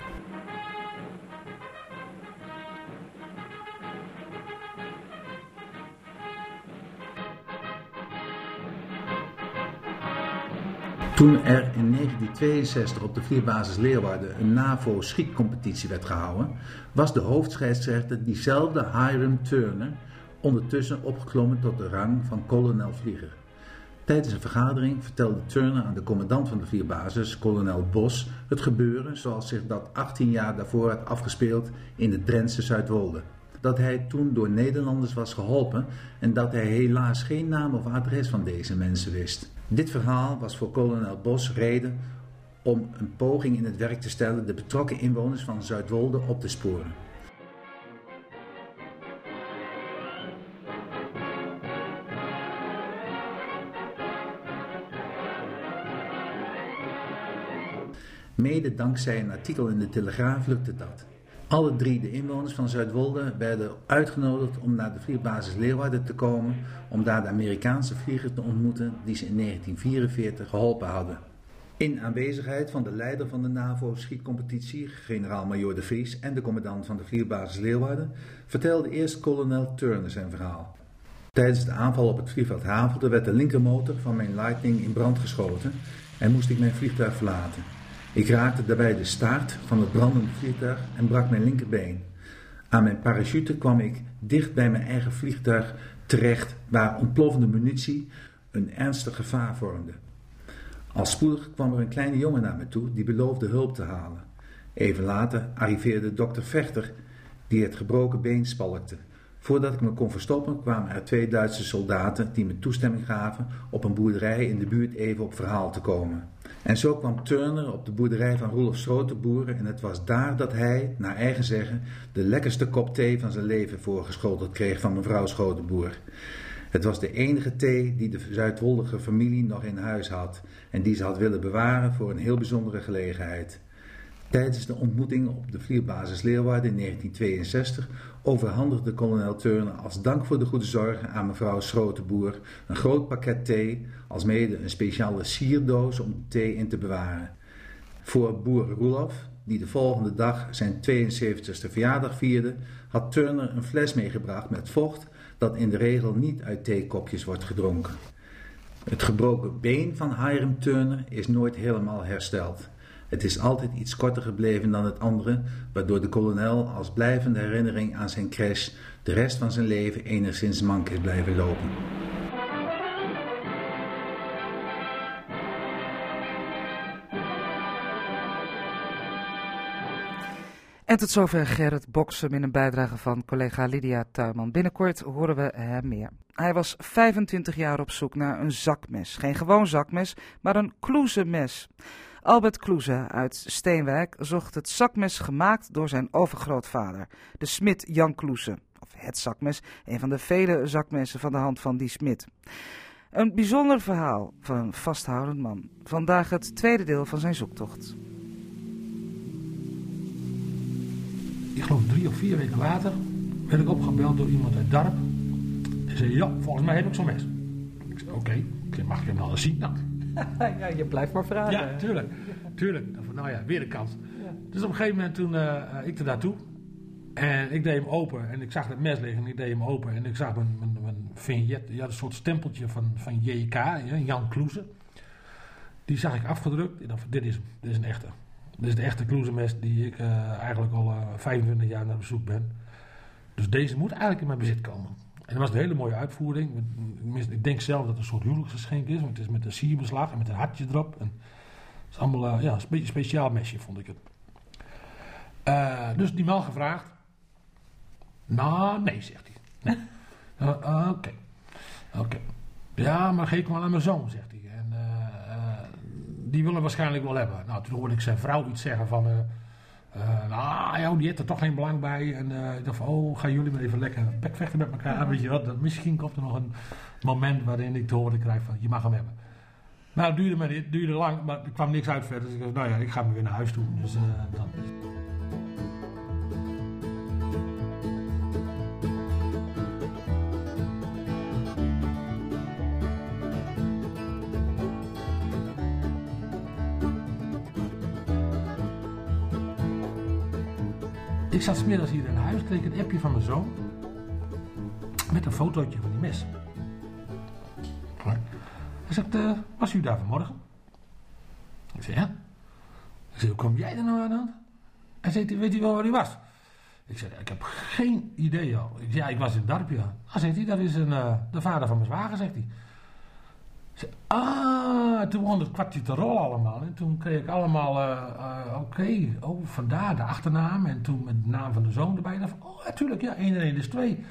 Toen er in negentien tweeënzestig op de vliegbasis Leeuwarden een NAVO-schietcompetitie werd gehouden, was de hoofdscheidsrechter diezelfde Hiram Turner ondertussen opgeklommen tot de rang van kolonel vlieger. Tijdens een vergadering vertelde Turner aan de commandant van de vliegbasis, kolonel Bos, het gebeuren zoals zich dat achttien jaar daarvoor had afgespeeld in het Drentse Zuidwolde. Dat hij toen door Nederlanders was geholpen en dat hij helaas geen naam of adres van deze mensen wist. Dit verhaal was voor kolonel Bos reden om een poging in het werk te stellen de betrokken inwoners van Zuidwolde op te sporen. Mede dankzij een artikel in de Telegraaf lukte dat. Alle drie de inwoners van Zuidwolde werden uitgenodigd om naar de vliegbasis Leeuwarden te komen om daar de Amerikaanse vlieger te ontmoeten die ze in negentien vierenveertig geholpen hadden. In aanwezigheid van de leider van de NAVO-schietcompetitie, generaal-majoor De Vries, en de commandant van de vliegbasis Leeuwarden, vertelde eerst kolonel Turner zijn verhaal. Tijdens de aanval op het vliegveld Havelde werd de linkermotor van mijn Lightning in brand geschoten en moest ik mijn vliegtuig verlaten. Ik raakte daarbij de staart van het brandende vliegtuig en brak mijn linkerbeen. Aan mijn parachute kwam ik dicht bij mijn eigen vliegtuig terecht, waar ontploffende munitie een ernstig gevaar vormde. Al spoedig kwam er een kleine jongen naar me toe die beloofde hulp te halen. Even later arriveerde dokter Vechter die het gebroken been spalkte. Voordat ik me kon verstoppen kwamen er twee Duitse soldaten die me toestemming gaven op een boerderij in de buurt even op verhaal te komen. En zo kwam Turner op de boerderij van Roelof Schrotenboer en het was daar dat hij, naar eigen zeggen, de lekkerste kop thee van zijn leven voorgeschoteld kreeg van mevrouw Schrotenboer. Het was de enige thee die de Zuidwoldige familie nog in huis had en die ze had willen bewaren voor een heel bijzondere gelegenheid. Tijdens de ontmoeting op de vliegbasis Leeuwarden in negentien tweeënzestig overhandigde kolonel Turner als dank voor de goede zorgen aan mevrouw Schrotenboer een groot pakket thee, alsmede een speciale sierdoos om de thee in te bewaren. Voor boer Roelof, die de volgende dag zijn tweeënzeventigste verjaardag vierde, had Turner een fles meegebracht met vocht dat in de regel niet uit theekopjes wordt gedronken. Het gebroken been van Hiram Turner is nooit helemaal hersteld. Het is altijd iets korter gebleven dan het andere, waardoor de kolonel als blijvende herinnering aan zijn crash de rest van zijn leven enigszins mank is blijven lopen. En tot zover Gerrit Boksem in een bijdrage van collega Lydia Tuinman. Binnenkort horen we hem meer. Hij was vijfentwintig jaar op zoek naar een zakmes. Geen gewoon zakmes, maar een Kloeze-mes. Albert Kloeze uit Steenwijk zocht het zakmes gemaakt door zijn overgrootvader, de smid Jan Kloeze. Of het zakmes, een van de vele zakmessen van de hand van die smid. Een bijzonder verhaal van een vasthoudend man. Vandaag het tweede deel van zijn zoektocht. Ik geloof drie of vier weken later werd ik opgebeld door iemand uit het dorp. En zei, ja, volgens mij heb ik zo'n mes. Ik zei, oké, okay. Mag ik hem nou eens zien? Nou. Ja, je blijft maar vragen. Ja, tuurlijk. tuurlijk. Nou ja, weer een kans. Ja. Dus op een gegeven moment toen uh, ik er naartoe. En ik deed hem open. En ik zag het mes liggen. En ik deed hem open. En ik zag mijn, mijn, mijn vignet. Ja, een soort stempeltje van, van J K. Jan Kloeze. Die zag ik afgedrukt. En dacht, dit is hem. Dit is een echte. Dit is de echte Kloeze-mes die ik uh, eigenlijk al uh, vijfentwintig jaar naar bezoek ben. Dus deze moet eigenlijk in mijn bezit komen. En dat was een hele mooie uitvoering. Ik denk zelf dat het een soort huwelijksgeschenk is. Want het is met een sierbeslag en met een hartje erop. En het is allemaal uh, ja, een beetje speciaal mesje, vond ik het. Uh, dus die man gevraagd. Nou, nee, zegt hij. Nee. uh, uh, Oké. Okay. Okay. Ja, maar geef ik maar aan mijn zoon, zegt hij. En uh, uh, die wil hem waarschijnlijk wel hebben. Nou, toen hoorde ik zijn vrouw iets zeggen van... Uh, uh, nou, joh, die heeft er toch geen belang bij. En uh, ik dacht van, oh, gaan jullie maar even lekker bekvechten met elkaar. Ja. Weet je wat, misschien komt er nog een moment waarin ik te horen krijg van, je mag hem hebben. Maar het duurde, maar, het duurde lang, maar er kwam niks uit verder. Dus ik dacht, nou ja, ik ga maar weer naar huis toe. Dus uh, dan... Ik zat 's middags hier in huis, kreeg een appje van mijn zoon met een fotootje van die mes. Hij zegt, uh, was u daar vanmorgen? Ik zei, ja. Ik zei, hoe kom jij er nou aan dan? Hij zei, weet u wel waar hij was? Ik zei, ik heb geen idee, joh. Ik zei, ja, ik was in het dorpje. Ah, zegt hij, dat is een, uh, de vader van mijn zwager, zegt hij. Ik zei, ah, toen begon het kwartje te rollen allemaal. En toen kreeg ik allemaal, uh, uh, oké, okay, oh, vandaar de achternaam. En toen met de naam van de zoon erbij. En van, oh, natuurlijk, ja, één en één is twee.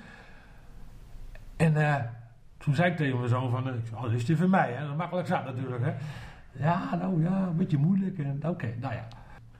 En uh, toen zei ik tegen mijn zoon van, uh, oh, dat is die van mij, hè. Dat makkelijk zat natuurlijk, hè. Ja, nou ja, een beetje moeilijk. Oké, okay, nou ja.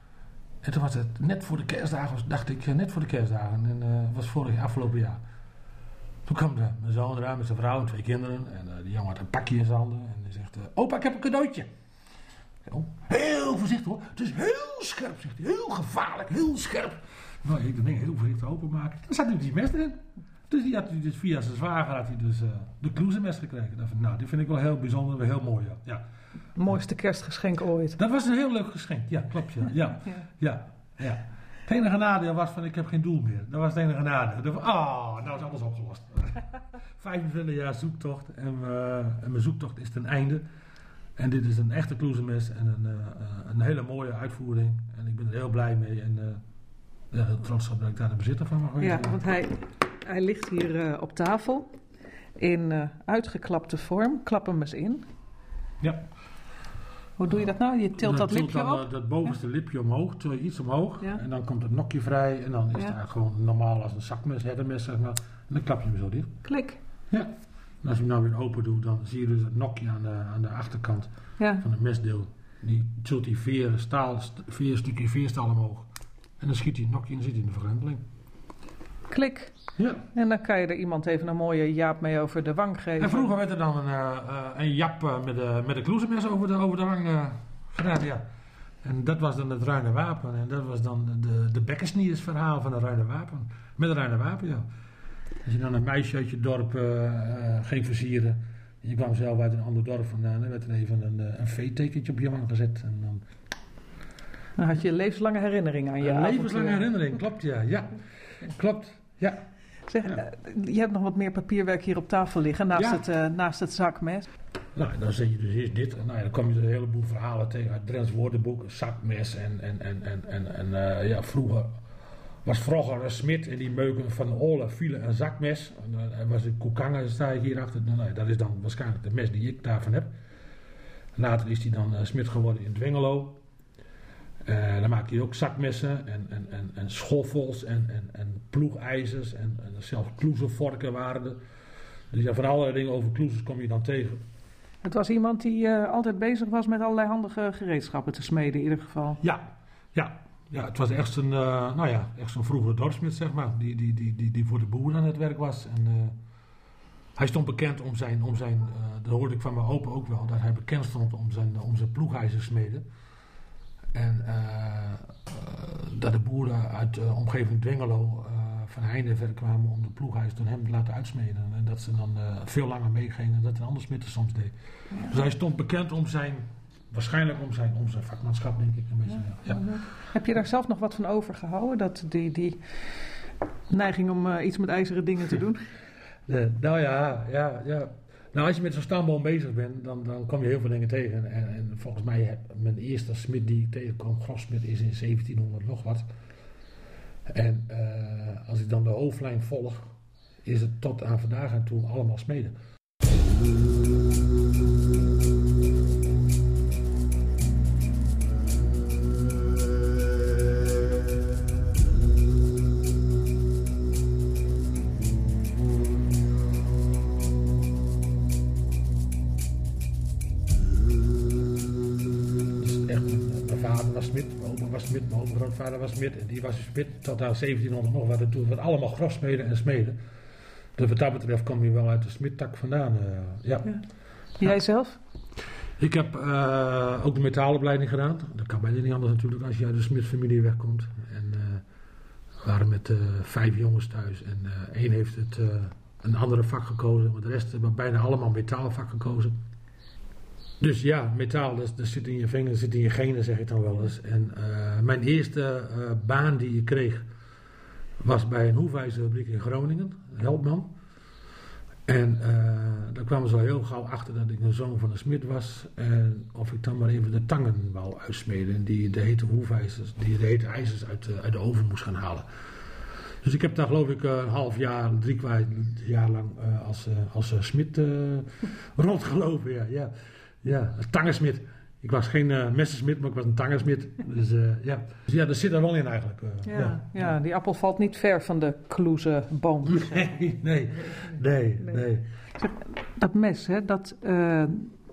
En toen was het net voor de kerstdagen, dacht ik, net voor de kerstdagen. En uh, was vorig afgelopen jaar. Toen kwam de, mijn zoon eraan met zijn vrouw en twee kinderen. En uh, die jongen had een pakje in zijn handen. En hij zegt, uh, opa, ik heb een cadeautje. Oh, heel voorzichtig hoor. Het is heel scherp, zegt hij. Heel gevaarlijk, heel scherp. Nou, ik de ding heel voorzichtig openmaken. Dan zat natuurlijk die mes erin. Dus die had hij dus via zijn zwager had hij dus uh, de kloezenmes gekregen. Dat, nou, die vind ik wel heel bijzonder, wel heel mooi. Ja. Ja. Mooiste kerstgeschenk ooit. Dat was een heel leuk geschenk. Ja, klopt. Ja, ja, ja. ja, ja. Het enige nadeel was van ik heb geen doel meer. Dat was het enige nadeel. Ah, oh, nou is alles opgelost. vijfentwintig jaar zoektocht en, uh, en mijn zoektocht is ten einde. En dit is een echte kloezenmes en een, uh, een hele mooie uitvoering. En ik ben er heel blij mee en uh, ja, heel trots op dat ik daar de bezitter van mag weten. Ja, want hij, hij ligt hier uh, op tafel in uh, uitgeklapte vorm. Klap hem eens in. Ja. Hoe doe je dat nou? Je tilt je dat lipje dan, op? Uh, dat bovenste ja. lipje omhoog, iets omhoog. Ja. En dan komt het nokje vrij. En dan is ja. het gewoon normaal als een zakmes, herdermes zeg maar. En dan klap je hem zo dicht. Klik. Ja. En als je hem nou weer open doet, dan zie je dus het nokje aan de, aan de achterkant ja. van het mesdeel. Die zult die veer, staal, veer, stukje veerstaal omhoog. En dan schiet hij het nokje en dan zit hij in de vergrendeling. Klik. Ja. En dan kan je er iemand even een mooie jaap mee over de wang geven. En vroeger werd er dan een, uh, een jap uh, met, de, met de kloezenmes over de, over de wang uh, gedaan, ja. En dat was dan het Ruine Wapen. En dat was dan de, de bekkensniers verhaal van het Ruine Wapen. Met het Ruine Wapen, ja. Als je dan een meisje uit je dorp uh, uh, ging versieren. En je kwam zelf uit een ander dorp vandaan. Dan werd er even een, een V-tekentje op je wang gezet. En dan... dan had je een levenslange herinnering aan je Een levenslange herinnering, klopt ja. Ja, klopt. Ja. Zeg, ja. Je hebt nog wat meer papierwerk hier op tafel liggen naast, ja. het, uh, naast het zakmes. Nou, dan zie je dus eerst dit. En nou ja, dan kom je er een heleboel verhalen tegen uit Drents woordenboek. Zakmes en, en, en, en, en, en uh, ja, vroeger was vroeger een smid en die meuken van de oorlog vielen een zakmes. En uh, was een koekangen, sta ik hier achter. Nou, ja, dat is dan waarschijnlijk het mes die ik daarvan heb. Later is hij dan uh, smid geworden in Dwingelo. Uh, dan maakte hij ook zakmessen en, en, en, en schoffels en, en, en ploegijzers en, en zelfs kloezenvorken waren er. Dus ja, van allerlei dingen over kloezers kom je dan tegen. Het was iemand die uh, altijd bezig was met allerlei handige gereedschappen te smeden in ieder geval. Ja, ja, ja het was echt een, uh, nou ja, echt zo'n vroegere dorpsmid zeg maar, die, die, die, die, die voor de boeren aan het werk was. En, uh, hij stond bekend om zijn, om zijn uh, dat hoorde ik van mijn opa ook wel, dat hij bekend stond om zijn, om zijn ploegijzers smeden. En uh, uh, dat de boeren uit de uh, omgeving Dwingelo uh, van heinde ver kwamen om de ploeghuis door hem te laten uitsmeden. En dat ze dan uh, veel langer meegingen dan dat een ander smid er soms deed. Ja. Dus hij stond bekend om zijn, waarschijnlijk om zijn, om zijn vakmanschap denk ik een beetje. Ja. Ja. Heb je daar zelf nog wat van overgehouden? Dat die, die neiging om uh, iets met ijzeren dingen te doen? De, nou ja, ja, ja. Nou, als je met zo'n stamboom bezig bent, dan, dan kom je heel veel dingen tegen. En, en volgens mij, heb, mijn eerste smid die ik tegenkwam, grofsmid, is in zeventienhonderd nog wat. En uh, als ik dan de hoofdlijn volg, is het tot aan vandaag en toe allemaal smeden. was smid, mijn overgrootvader was smid. En die was smid tot aan zeventienhonderd nog. Wat toen waren allemaal grofsmeden en smeden. Dus wat dat betreft kom je wel uit de smidtak vandaan. Uh, ja. Ja. Jij zelf? Ik heb uh, ook de metaalopleiding gedaan. Dat kan bijna niet anders natuurlijk als je uit de smidfamilie wegkomt. En uh, we waren met uh, vijf jongens thuis. En uh, één heeft het, uh, een andere vak gekozen. Maar de rest hebben bijna allemaal metaalvak gekozen. Dus ja, metaal, dat, dat zit in je vingers, dat zit in je genen, zeg ik dan wel eens. En uh, mijn eerste uh, baan die ik kreeg was bij een hoefijzerfabriek in Groningen, Helpman. En uh, daar kwamen ze al heel gauw achter dat ik een zoon van een smid was. En of ik dan maar even de tangen wou uitsmeden. En die de hete hoefijzers, die de hete ijzers uit, uh, uit de oven moest gaan halen. Dus ik heb daar geloof ik een half jaar, drie kwart jaar lang uh, als, uh, als uh, smid uh, rondgelopen. Ja, ja, ja, als tangensmid. Ik was geen uh, messersmid, maar ik was een tangensmid. Dus uh, ja. Dus ja, dat zit er wel in eigenlijk. Uh, ja, ja. ja, die appel valt niet ver van de kloeze boom. Nee, nee, nee, nee. Zeg, dat mes, hè, dat... Uh,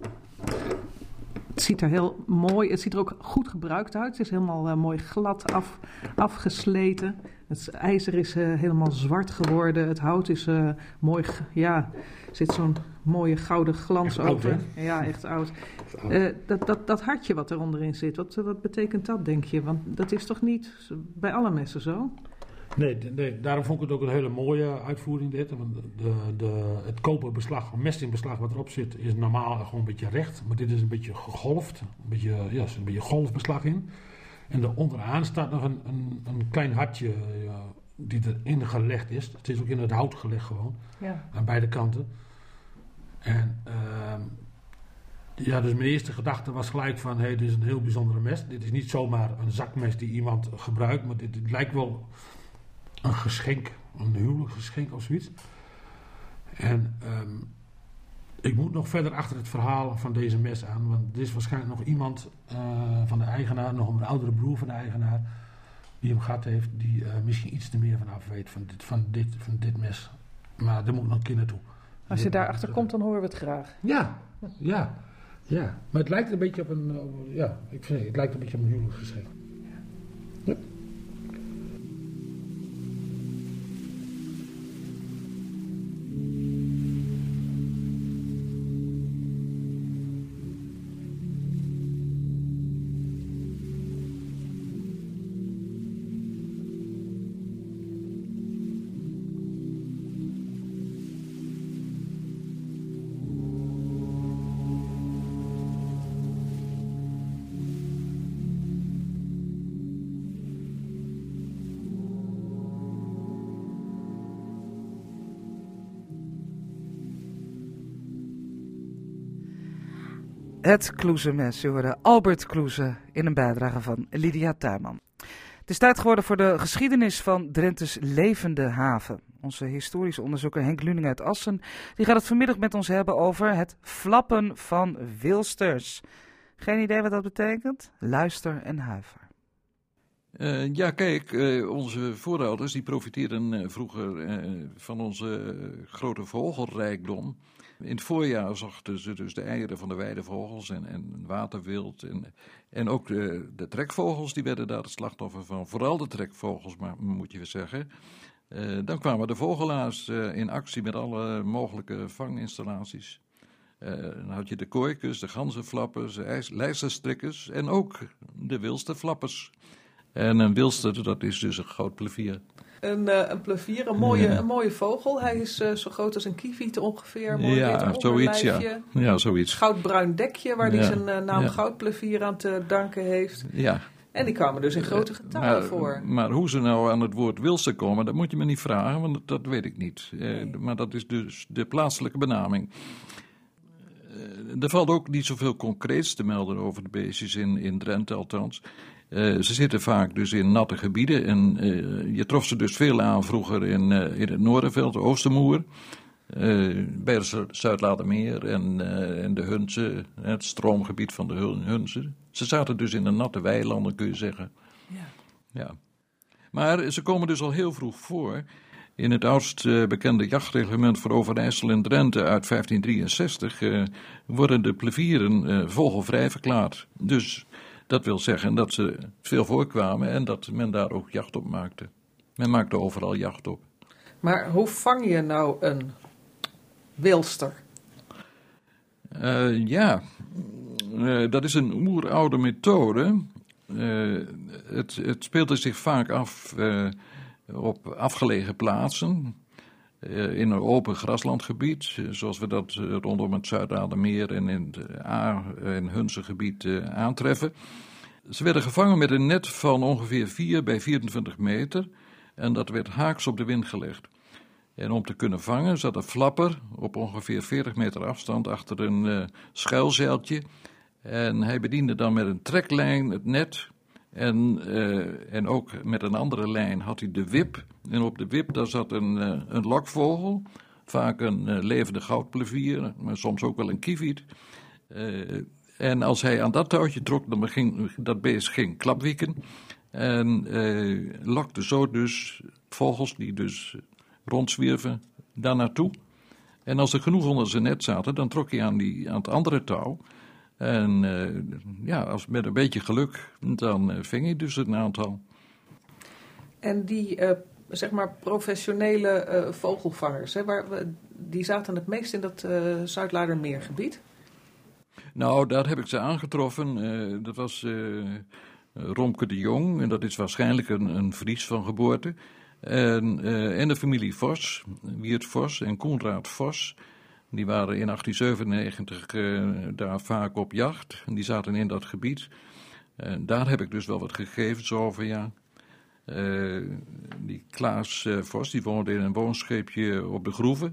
het ziet er heel mooi, het ziet er ook goed gebruikt uit. Het is helemaal uh, mooi glad af, afgesleten. Het ijzer is uh, helemaal zwart geworden. Het hout is uh, mooi, ja, er zit zo'n mooie gouden glans echt over. Oud, ja, echt oud. Uh, dat, dat, dat hartje wat er onderin zit, wat, wat betekent dat, denk je? Want dat is toch niet bij alle messen zo? Nee, nee, daarom vond ik het ook een hele mooie uitvoering dit. Want de, de, het koperbeslag, een mestingbeslag wat erop zit, is normaal gewoon een beetje recht. Maar dit is een beetje gegolfd. Een beetje, ja, er zit een beetje golfbeslag in. En er onderaan staat nog een, een, een klein hartje ja, die erin gelegd is. Het is ook in het hout gelegd gewoon. Ja. Aan beide kanten. En uh, ja, dus mijn eerste gedachte was gelijk van, hé, hey, dit is een heel bijzondere mes. Dit is niet zomaar een zakmes die iemand gebruikt, maar dit, dit lijkt wel een geschenk, een huwelijksgeschenk of zoiets. En um, ik moet nog verder achter het verhaal van deze mes aan, want er is waarschijnlijk nog iemand uh, van de eigenaar, nog een oudere broer van de eigenaar, die hem gehad heeft, die uh, misschien iets te meer vanaf weet van dit, van, dit, van dit mes. Maar daar moet ik nog een keer naartoe. Als je daarachter komt, dan horen we het graag. Ja, ja, ja. Maar het lijkt een beetje op een, uh, ja, ik vind het lijkt een beetje op een huwelijksgeschenk. Ja. Het Kloezemes, u hoorde Albert Kloeze in een bijdrage van Lydia Tuinman. Het is tijd geworden voor de geschiedenis van Drenthe's levende haven. Onze historische onderzoeker Henk Luning uit Assen die gaat het vanmiddag met ons hebben over het flappen van Wilsters. Geen idee wat dat betekent? Luister en huiver. Uh, ja, kijk, uh, onze voorouders die profiteerden uh, vroeger uh, van onze uh, grote vogelrijkdom. In het voorjaar zochten ze dus de eieren van de weidevogels en, en waterwild. En, en ook de, de trekvogels, die werden daar het slachtoffer van. Vooral de trekvogels, maar, moet je weer zeggen. Uh, dan kwamen de vogelaars uh, in actie met alle mogelijke vanginstallaties. Uh, dan had je de kooikers, de ganzenflappers, de ijs, lijsterstrikkers en ook de wilsterflappers. En een wilster, dat is dus een groot plevier. Een, uh, een plevier, een mooie, ja. een mooie vogel. Hij is uh, zo groot als een kieviet ongeveer. Mooi ja, zoiets, ja. ja, zoiets. Goudbruin dekje waar hij ja. zijn uh, naam ja. goudplevier aan te danken heeft. Ja. En die kwamen dus in grote getallen maar, voor. Maar hoe ze nou aan het woord wilster komen, dat moet je me niet vragen, want dat, dat weet ik niet. Nee. Uh, maar dat is dus de plaatselijke benaming. Uh, er valt ook niet zoveel concreets te melden over de beestjes in, in Drenthe althans. Uh, ze zitten vaak dus in natte gebieden en uh, je trof ze dus veel aan vroeger in, uh, in het Noorderveld, de Oostermoer, uh, bij het Zuidladermeer en, uh, en de Hunze, het stroomgebied van de Hunze. Ze zaten dus in de natte weilanden, kun je zeggen. Ja. Ja. Maar ze komen dus al heel vroeg voor. In het oudst uh, bekende jachtreglement voor Overijssel en Drenthe uit vijftien drieënzestig uh, worden de plevieren uh, vogelvrij verklaard. Dus Dat wil zeggen dat ze veel voorkwamen en dat men daar ook jacht op maakte. Men maakte overal jacht op. Maar hoe vang je nou een wilster? Uh, ja, uh, dat is een oeroude methode. Uh, het, het speelde zich vaak af uh, op afgelegen plaatsen. Uh, in een open graslandgebied, uh, zoals we dat uh, rondom het Zuidadermeer en in het A- en Hunze gebied uh, aantreffen. Ze werden gevangen met een net van ongeveer vier bij vierentwintig meter en dat werd haaks op de wind gelegd. En om te kunnen vangen zat een flapper op ongeveer veertig meter afstand achter een uh, schuilzeiltje. En hij bediende dan met een treklijn het net. En, uh, en ook met een andere lijn had hij de wip. En op de wip daar zat een, uh, een lokvogel. Vaak een uh, levende goudplevier, maar soms ook wel een kieviet. Uh, en als hij aan dat touwtje trok, dan ging dat beest ging klapwieken. En uh, lokte zo dus vogels die dus rondzwierven daar naartoe. En als er genoeg onder zijn net zaten, dan trok hij aan, die, aan het andere touw. En uh, ja, als, met een beetje geluk, dan uh, ving hij dus een aantal. En die, uh, zeg maar, professionele uh, vogelvangers, hè, waar, die zaten het meest in dat uh, Zuidlaardermeergebied? Nou, daar heb ik ze aangetroffen. Uh, dat was uh, Romke de Jong, en dat is waarschijnlijk een, een Fries van geboorte. En, uh, en de familie Vos, Wiert Vos en Koenraad Vos. Die waren in achttien zevenennegentig uh, daar vaak op jacht. En die zaten in dat gebied. En daar heb ik dus wel wat gegevens over, ja. Uh, die Klaas uh, Vos, die woonde in een woonscheepje op de Groeve.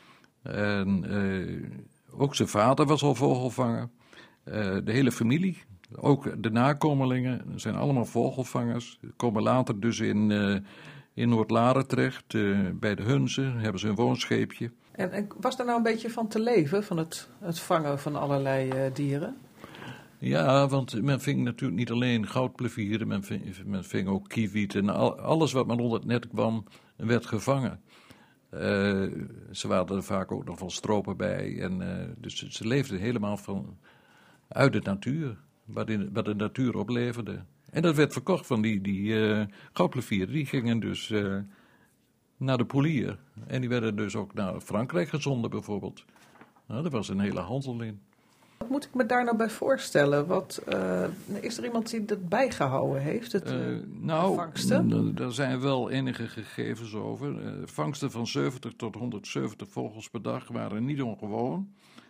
En uh, ook zijn vader was al vogelvanger. Uh, de hele familie, ook de nakomelingen, zijn allemaal vogelvangers. Komen later dus in, uh, in Noordlaren terecht, uh, bij de Hunze, hebben ze een woonscheepje. En, en was daar nou een beetje van te leven, van het, het vangen van allerlei uh, dieren? Ja, want men ving natuurlijk niet alleen goudplevieren, men ving, men ving ook kieviet en al, alles wat maar onder het net kwam, werd gevangen. Uh, ze waren er vaak ook nog van stropen bij, en, uh, dus ze leefden helemaal van, uit de natuur, waar de, waar de natuur opleverde. En dat werd verkocht van die, die uh, goudplevieren, die gingen dus uh, naar de Polier. En die werden dus ook naar Frankrijk gezonden bijvoorbeeld. Nou, daar was een hele handel in. Wat moet ik me daar nou bij voorstellen? Wat, uh, is er iemand die dat bijgehouden heeft, het uh, uh, nou, vangsten? Daar zijn wel enige gegevens over. Uh, vangsten van zeventig tot honderdzeventig vogels per dag waren niet ongewoon.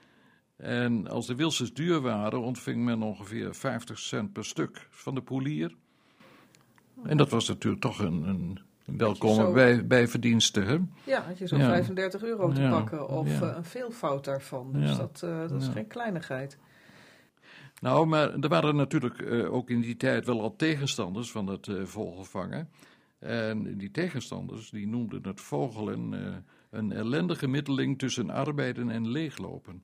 En als de wilsens duur waren, ontving men ongeveer vijftig cent per stuk van de Polier. En dat was natuurlijk toch een, een welkome zo... bij, bijverdienste, hè? Ja, had je zo'n ja. vijfendertig euro te ja. pakken of ja. uh, een veelvoud daarvan. Dus ja. dat, uh, dat is ja. geen kleinigheid. Nou, maar er waren natuurlijk uh, ook in die tijd wel al tegenstanders van het uh, vogelvangen. En die tegenstanders die noemden het vogelen uh, een ellendige middeling tussen arbeiden en leeglopen.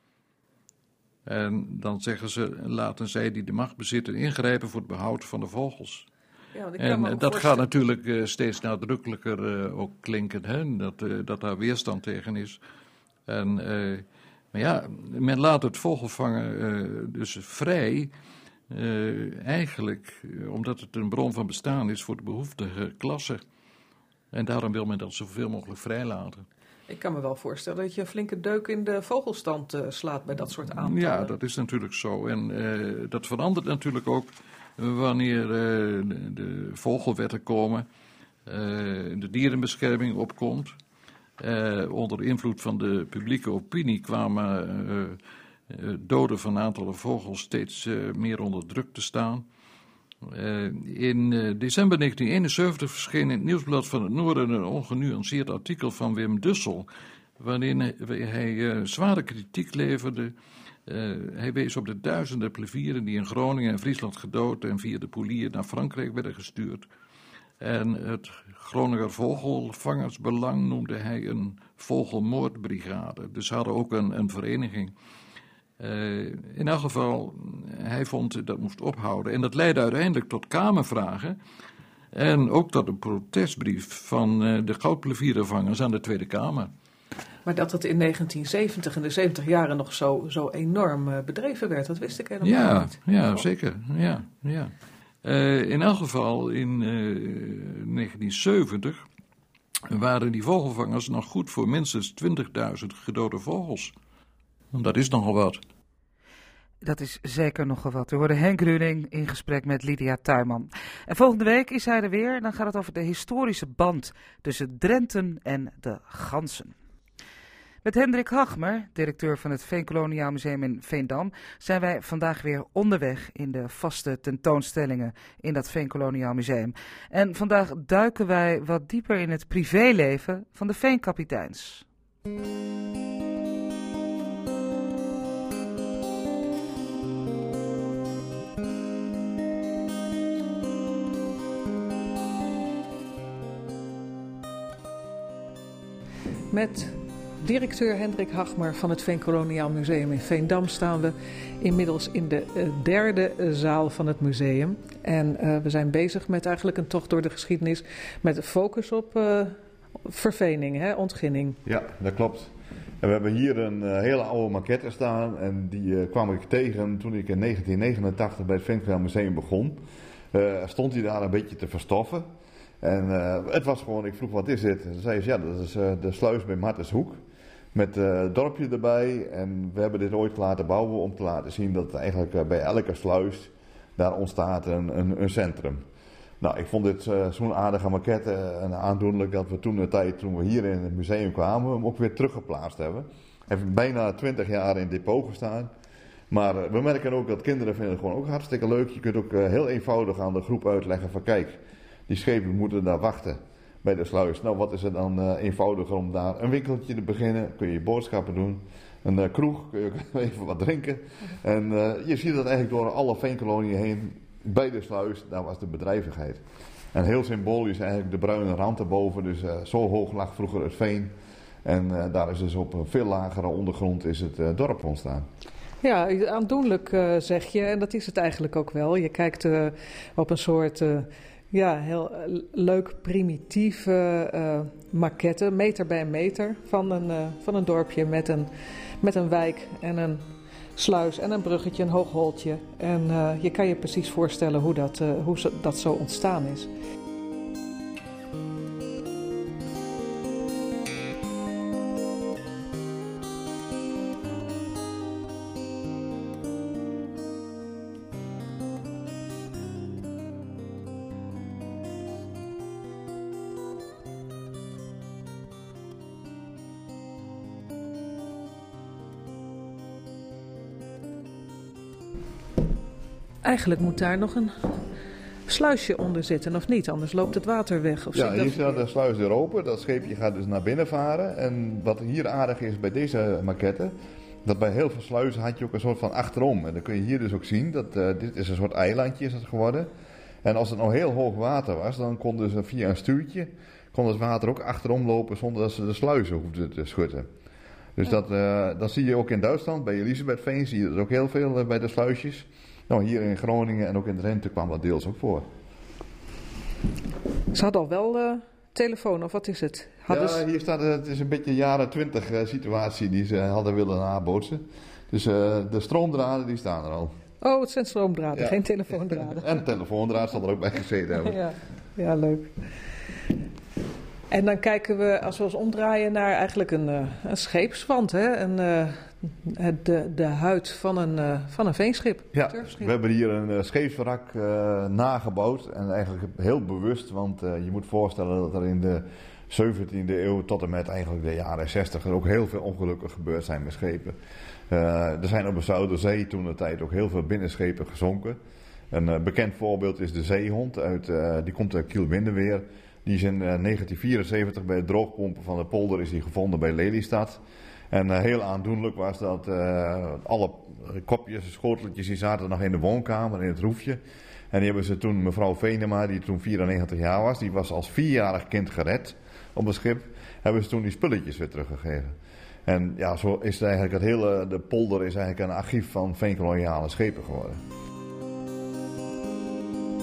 En dan zeggen ze, laten zij die de macht bezitten ingrijpen voor het behoud van de vogels. Ja, en dat voorstellen. gaat natuurlijk uh, steeds nadrukkelijker uh, ook klinken, hè? Dat, uh, dat daar weerstand tegen is. En, uh, maar ja, men laat het vogelvangen uh, dus vrij, uh, eigenlijk uh, omdat het een bron van bestaan is voor de behoeftige klasse. En daarom wil men dat zoveel mogelijk vrij laten. Ik kan me wel voorstellen dat je een flinke deuk in de vogelstand uh, slaat bij dat soort aantallen. Ja, dat is natuurlijk zo. En uh, dat verandert natuurlijk ook wanneer uh, de, de vogelwetten komen, uh, de dierenbescherming opkomt. Uh, onder invloed van de publieke opinie kwamen uh, uh, doden van aantallen vogels steeds uh, meer onder druk te staan. Uh, in uh, december negentien eenenzeventig verscheen in het Nieuwsblad van het Noorden een ongenuanceerd artikel van Wim Dussel, waarin hij, hij uh, zware kritiek leverde. Uh, hij wees op de duizenden plevieren die in Groningen en Friesland gedood en via de Polier naar Frankrijk werden gestuurd. En het Groninger Vogelvangersbelang noemde hij een vogelmoordbrigade. Dus ze hadden ook een, een vereniging. Uh, in elk geval, hij vond dat moest ophouden. En dat leidde uiteindelijk tot Kamervragen. En ook tot een protestbrief van uh, de goudplevierenvangers aan de Tweede Kamer. Maar dat het in negentien zeventig, in de zeventig jaren nog zo, zo enorm uh, bedreven werd, dat wist ik helemaal ja, niet. Ja, oh. zeker. Ja, ja. Uh, in elk geval in uh, negentien zeventig waren die vogelvangers nog goed voor minstens twintigduizend gedode vogels. Dat is nogal wat. Dat is zeker nogal wat. We hoorden Henk Runing in gesprek met Lydia Tuinman. En volgende week is hij er weer. Dan gaat het over de historische band tussen Drenten en de ganzen. Met Hendrik Hachmer, directeur van het Veenkoloniaal Museum in Veendam, zijn wij vandaag weer onderweg in de vaste tentoonstellingen in dat Veenkoloniaal Museum. En vandaag duiken wij wat dieper in het privéleven van de veenkapiteins. Met directeur Hendrik Hachmer van het Veenkoloniaal Museum in Veendam staan we inmiddels in de uh, derde uh, zaal van het museum. En uh, we zijn bezig met eigenlijk een tocht door de geschiedenis met focus op uh, vervening, hè, ontginning. Ja, dat klopt. En we hebben hier een uh, hele oude maquette staan en die uh, kwam ik tegen toen ik in negentien negenentachtig bij het Veenkoloniaal Museum begon. Uh, stond hij daar een beetje te verstoffen. En uh, het was gewoon, ik vroeg wat is dit? En toen zei ze, ja, dat is uh, de sluis bij Martenshoek. Met uh, het dorpje erbij. En we hebben dit ooit laten bouwen om te laten zien dat eigenlijk uh, bij elke sluis daar ontstaat een, een, een centrum. Nou, ik vond dit uh, zo'n aardige maquette en aandoenlijk dat we toen de tijd, toen we hier in het museum kwamen, hem ook weer teruggeplaatst hebben. Hij heeft bijna twintig jaar in het depot gestaan. Maar uh, we merken ook dat kinderen vinden het gewoon ook hartstikke leuk. Je kunt ook uh, heel eenvoudig aan de groep uitleggen van kijk, die schepen moeten daar wachten bij de sluis. Nou, wat is er dan uh, eenvoudiger om daar een winkeltje te beginnen? Kun je je boodschappen doen. Een uh, kroeg, kun je even wat drinken. En uh, je ziet dat eigenlijk door alle veenkoloniën heen. Bij de sluis, daar was de bedrijvigheid. En heel symbolisch eigenlijk de bruine rand erboven. Dus uh, zo hoog lag vroeger het veen. En uh, daar is dus op een veel lagere ondergrond is het uh, dorp ontstaan. Ja, aandoenlijk uh, zeg je. En dat is het eigenlijk ook wel. Je kijkt uh, op een soort... Uh, Ja, heel leuk primitieve uh, maquette, meter bij meter, van een, uh, van een dorpje met een, met een wijk en een sluis en een bruggetje, een hoogholtje. En uh, je kan je precies voorstellen hoe dat, uh, hoe zo, dat zo ontstaan is. Eigenlijk moet daar nog een sluisje onder zitten, of niet? Anders loopt het water weg. Of ja, hier dat... staat de sluis weer open. Dat scheepje gaat dus naar binnen varen. En wat hier aardig is bij deze maquette, dat bij heel veel sluizen had je ook een soort van achterom. En dan kun je hier dus ook zien, dat uh, dit is een soort eilandje is het geworden. En als het nou heel hoog water was, dan konden ze via een stuurtje, kon het water ook achterom lopen zonder dat ze de sluizen hoefden te schutten. Dus dat, uh, dat zie je ook in Duitsland, bij Elisabethveen zie je dat ook heel veel uh, bij de sluisjes. Nou, hier in Groningen en ook in Drenthe kwam dat deels ook voor. Ze hadden al wel uh, telefoon, of wat is het? Hadden ja, ze... hier staat het is een beetje een jaren twintig uh, situatie die ze hadden willen nabootsen. Dus uh, de stroomdraden die staan er al. Oh, het zijn stroomdraden, ja. geen telefoondraden. En de telefoondraad zal er ook bij gezeten hebben. Ja, ja, leuk. En dan kijken we, als we ons omdraaien, naar eigenlijk een, uh, een scheepswand, hè? Een, uh, de, de huid van een, uh, van een veenschip. Ja, we hebben hier een uh, scheepswrak uh, nagebouwd. En eigenlijk heel bewust, want uh, je moet voorstellen dat er in de zeventiende eeuw tot en met eigenlijk de jaren zestig er ook heel veel ongelukken gebeurd zijn met schepen. Uh, er zijn op de Zuiderzee toen de tijd ook heel veel binnenschepen gezonken. Een uh, bekend voorbeeld is de Zeehond, uit, uh, die komt uit Kiel-Windeweer. Die is in uh, negentien vierenzeventig bij het droogpompen van de polder is die gevonden bij Lelystad. En uh, heel aandoenlijk was dat uh, alle kopjes, schoteltjes, die zaten nog in de woonkamer, in het roefje. En die hebben ze toen, mevrouw Venema, die toen vierennegentig jaar was, die was als vierjarig kind gered op het schip, hebben ze toen die spulletjes weer teruggegeven. En ja, zo is het eigenlijk het hele, de polder is eigenlijk een archief van veenkoloniale schepen geworden.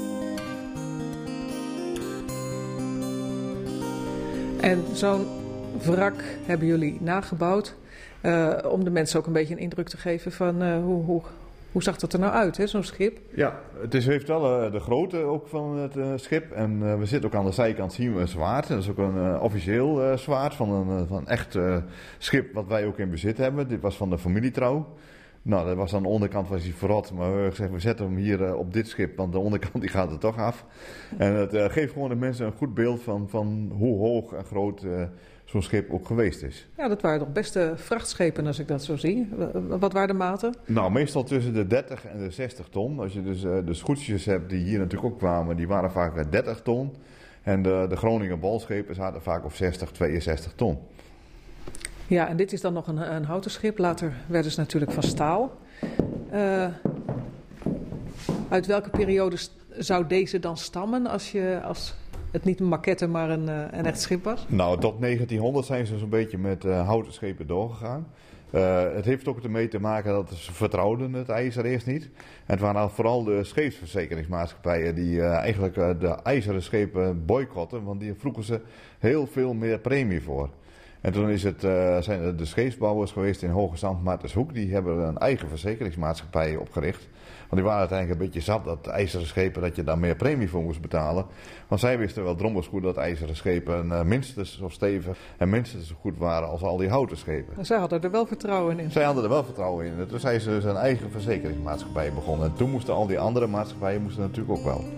En zo'n wrak hebben jullie nagebouwd. Uh, om de mensen ook een beetje een indruk te geven van uh, hoe, hoe, hoe zag dat er nou uit, hè, zo'n schip? Ja, het is, heeft wel uh, de grootte ook van het uh, schip. En uh, we zitten ook aan de zijkant, zien we een zwaard. Dat is ook een uh, officieel uh, zwaard van een, uh, van een echt uh, schip wat wij ook in bezit hebben. Dit was van de familietrouw. Nou, dat was aan de onderkant was hij verrot, maar we hebben gezegd, we zetten hem hier uh, op dit schip, want de onderkant die gaat er toch af. En het uh, geeft gewoon de mensen een goed beeld van, van hoe hoog en groot uh, zo'n schip ook geweest is. Ja, dat waren toch beste vrachtschepen als ik dat zo zie. Wat waren de maten? Nou, meestal tussen de dertig en de zestig ton. Als je dus uh, de scootjes hebt die hier natuurlijk ook kwamen, die waren vaak dertig ton. En de, de Groningen balschepen zaten vaak op zestig, tweeënzestig ton. Ja, en dit is dan nog een, een houten schip. Later werden ze natuurlijk van staal. Uh, uit welke periode zou deze dan stammen als, je, als het niet een maquette, maar een, uh, een echt schip was? Nou, tot negentienhonderd zijn ze zo'n beetje met uh, houten schepen doorgegaan. Uh, het heeft ook ermee te maken dat ze vertrouwden het ijzer eerst niet. En het waren vooral de scheepsverzekeringsmaatschappijen die uh, eigenlijk uh, de ijzeren schepen boycotten, want die vroegen ze heel veel meer premie voor. En toen is het, uh, zijn er de scheepsbouwers geweest in Hoge Zand, Maartenshoek. Die hebben een eigen verzekeringsmaatschappij opgericht. Want die waren uiteindelijk een beetje zat dat ijzeren schepen, dat je daar meer premie voor moest betalen. Want zij wisten wel drommels goed dat ijzeren schepen uh, minstens zo stevig en minstens zo goed waren als al die houten schepen. En zij hadden er wel vertrouwen in. Zij hadden er wel vertrouwen in. En toen zijn ze dus een eigen verzekeringsmaatschappij begonnen. En toen moesten al die andere maatschappijen moesten natuurlijk ook wel.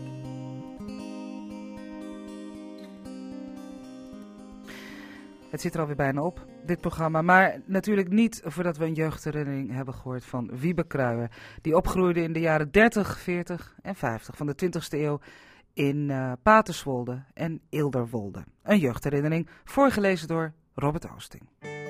Het zit er alweer bijna op, dit programma. Maar natuurlijk niet voordat we een jeugdherinnering hebben gehoord van Wiebe Kruijer. Die opgroeide in de jaren dertig, veertig en vijftig van de twintigste eeuw in uh, Paterswolde en Ilderwolde. Een jeugdherinnering voorgelezen door Robert Oosting.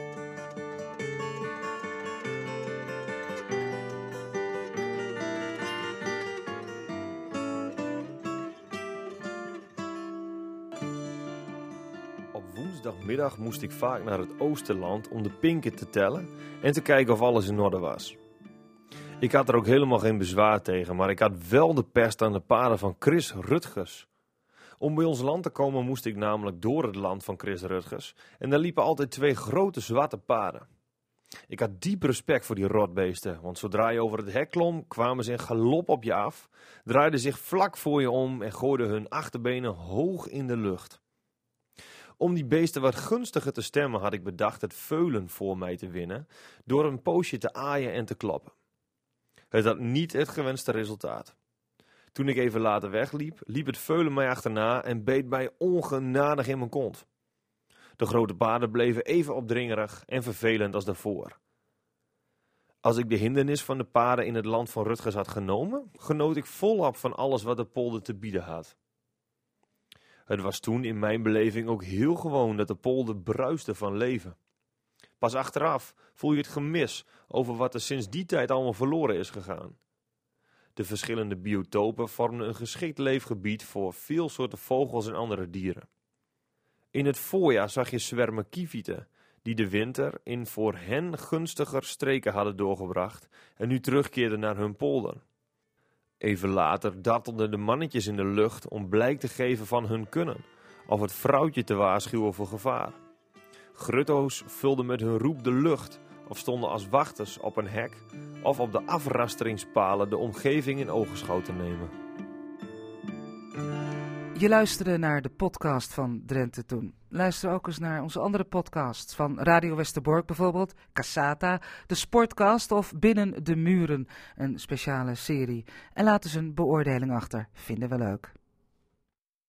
Woensdagmiddag moest ik vaak naar het Oosterland om de pinken te tellen en te kijken of alles in orde was. Ik had er ook helemaal geen bezwaar tegen, maar ik had wel de pest aan de paarden van Chris Rutgers. Om bij ons land te komen moest ik namelijk door het land van Chris Rutgers en daar liepen altijd twee grote zwarte paarden. Ik had diep respect voor die rotbeesten, want zodra je over het hek klom, kwamen ze in galop op je af, draaiden zich vlak voor je om en gooiden hun achterbenen hoog in de lucht. Om die beesten wat gunstiger te stemmen had ik bedacht het veulen voor mij te winnen door een poosje te aaien en te klappen. Het had niet het gewenste resultaat. Toen ik even later wegliep, liep het veulen mij achterna en beet mij ongenadig in mijn kont. De grote paarden bleven even opdringerig en vervelend als daarvoor. Als ik de hindernis van de paarden in het land van Rutgers had genomen, genoot ik volop van alles wat de polder te bieden had. Het was toen in mijn beleving ook heel gewoon dat de polder bruiste van leven. Pas achteraf voel je het gemis over wat er sinds die tijd allemaal verloren is gegaan. De verschillende biotopen vormden een geschikt leefgebied voor veel soorten vogels en andere dieren. In het voorjaar zag je zwermen kievieten, die de winter in voor hen gunstiger streken hadden doorgebracht en nu terugkeerden naar hun polder. Even later dartelden de mannetjes in de lucht om blijk te geven van hun kunnen, of het vrouwtje te waarschuwen voor gevaar. Grutto's vulden met hun roep de lucht, of stonden als wachters op een hek, of op de afrasteringspalen de omgeving in ogenschouw te nemen. Je luisterde naar de podcast van Drenthe Toen. Luister ook eens naar onze andere podcasts van Radio Westerbork bijvoorbeeld, Cassata, de Sportcast of Binnen de Muren, een speciale serie. En laat eens een beoordeling achter, vinden we leuk.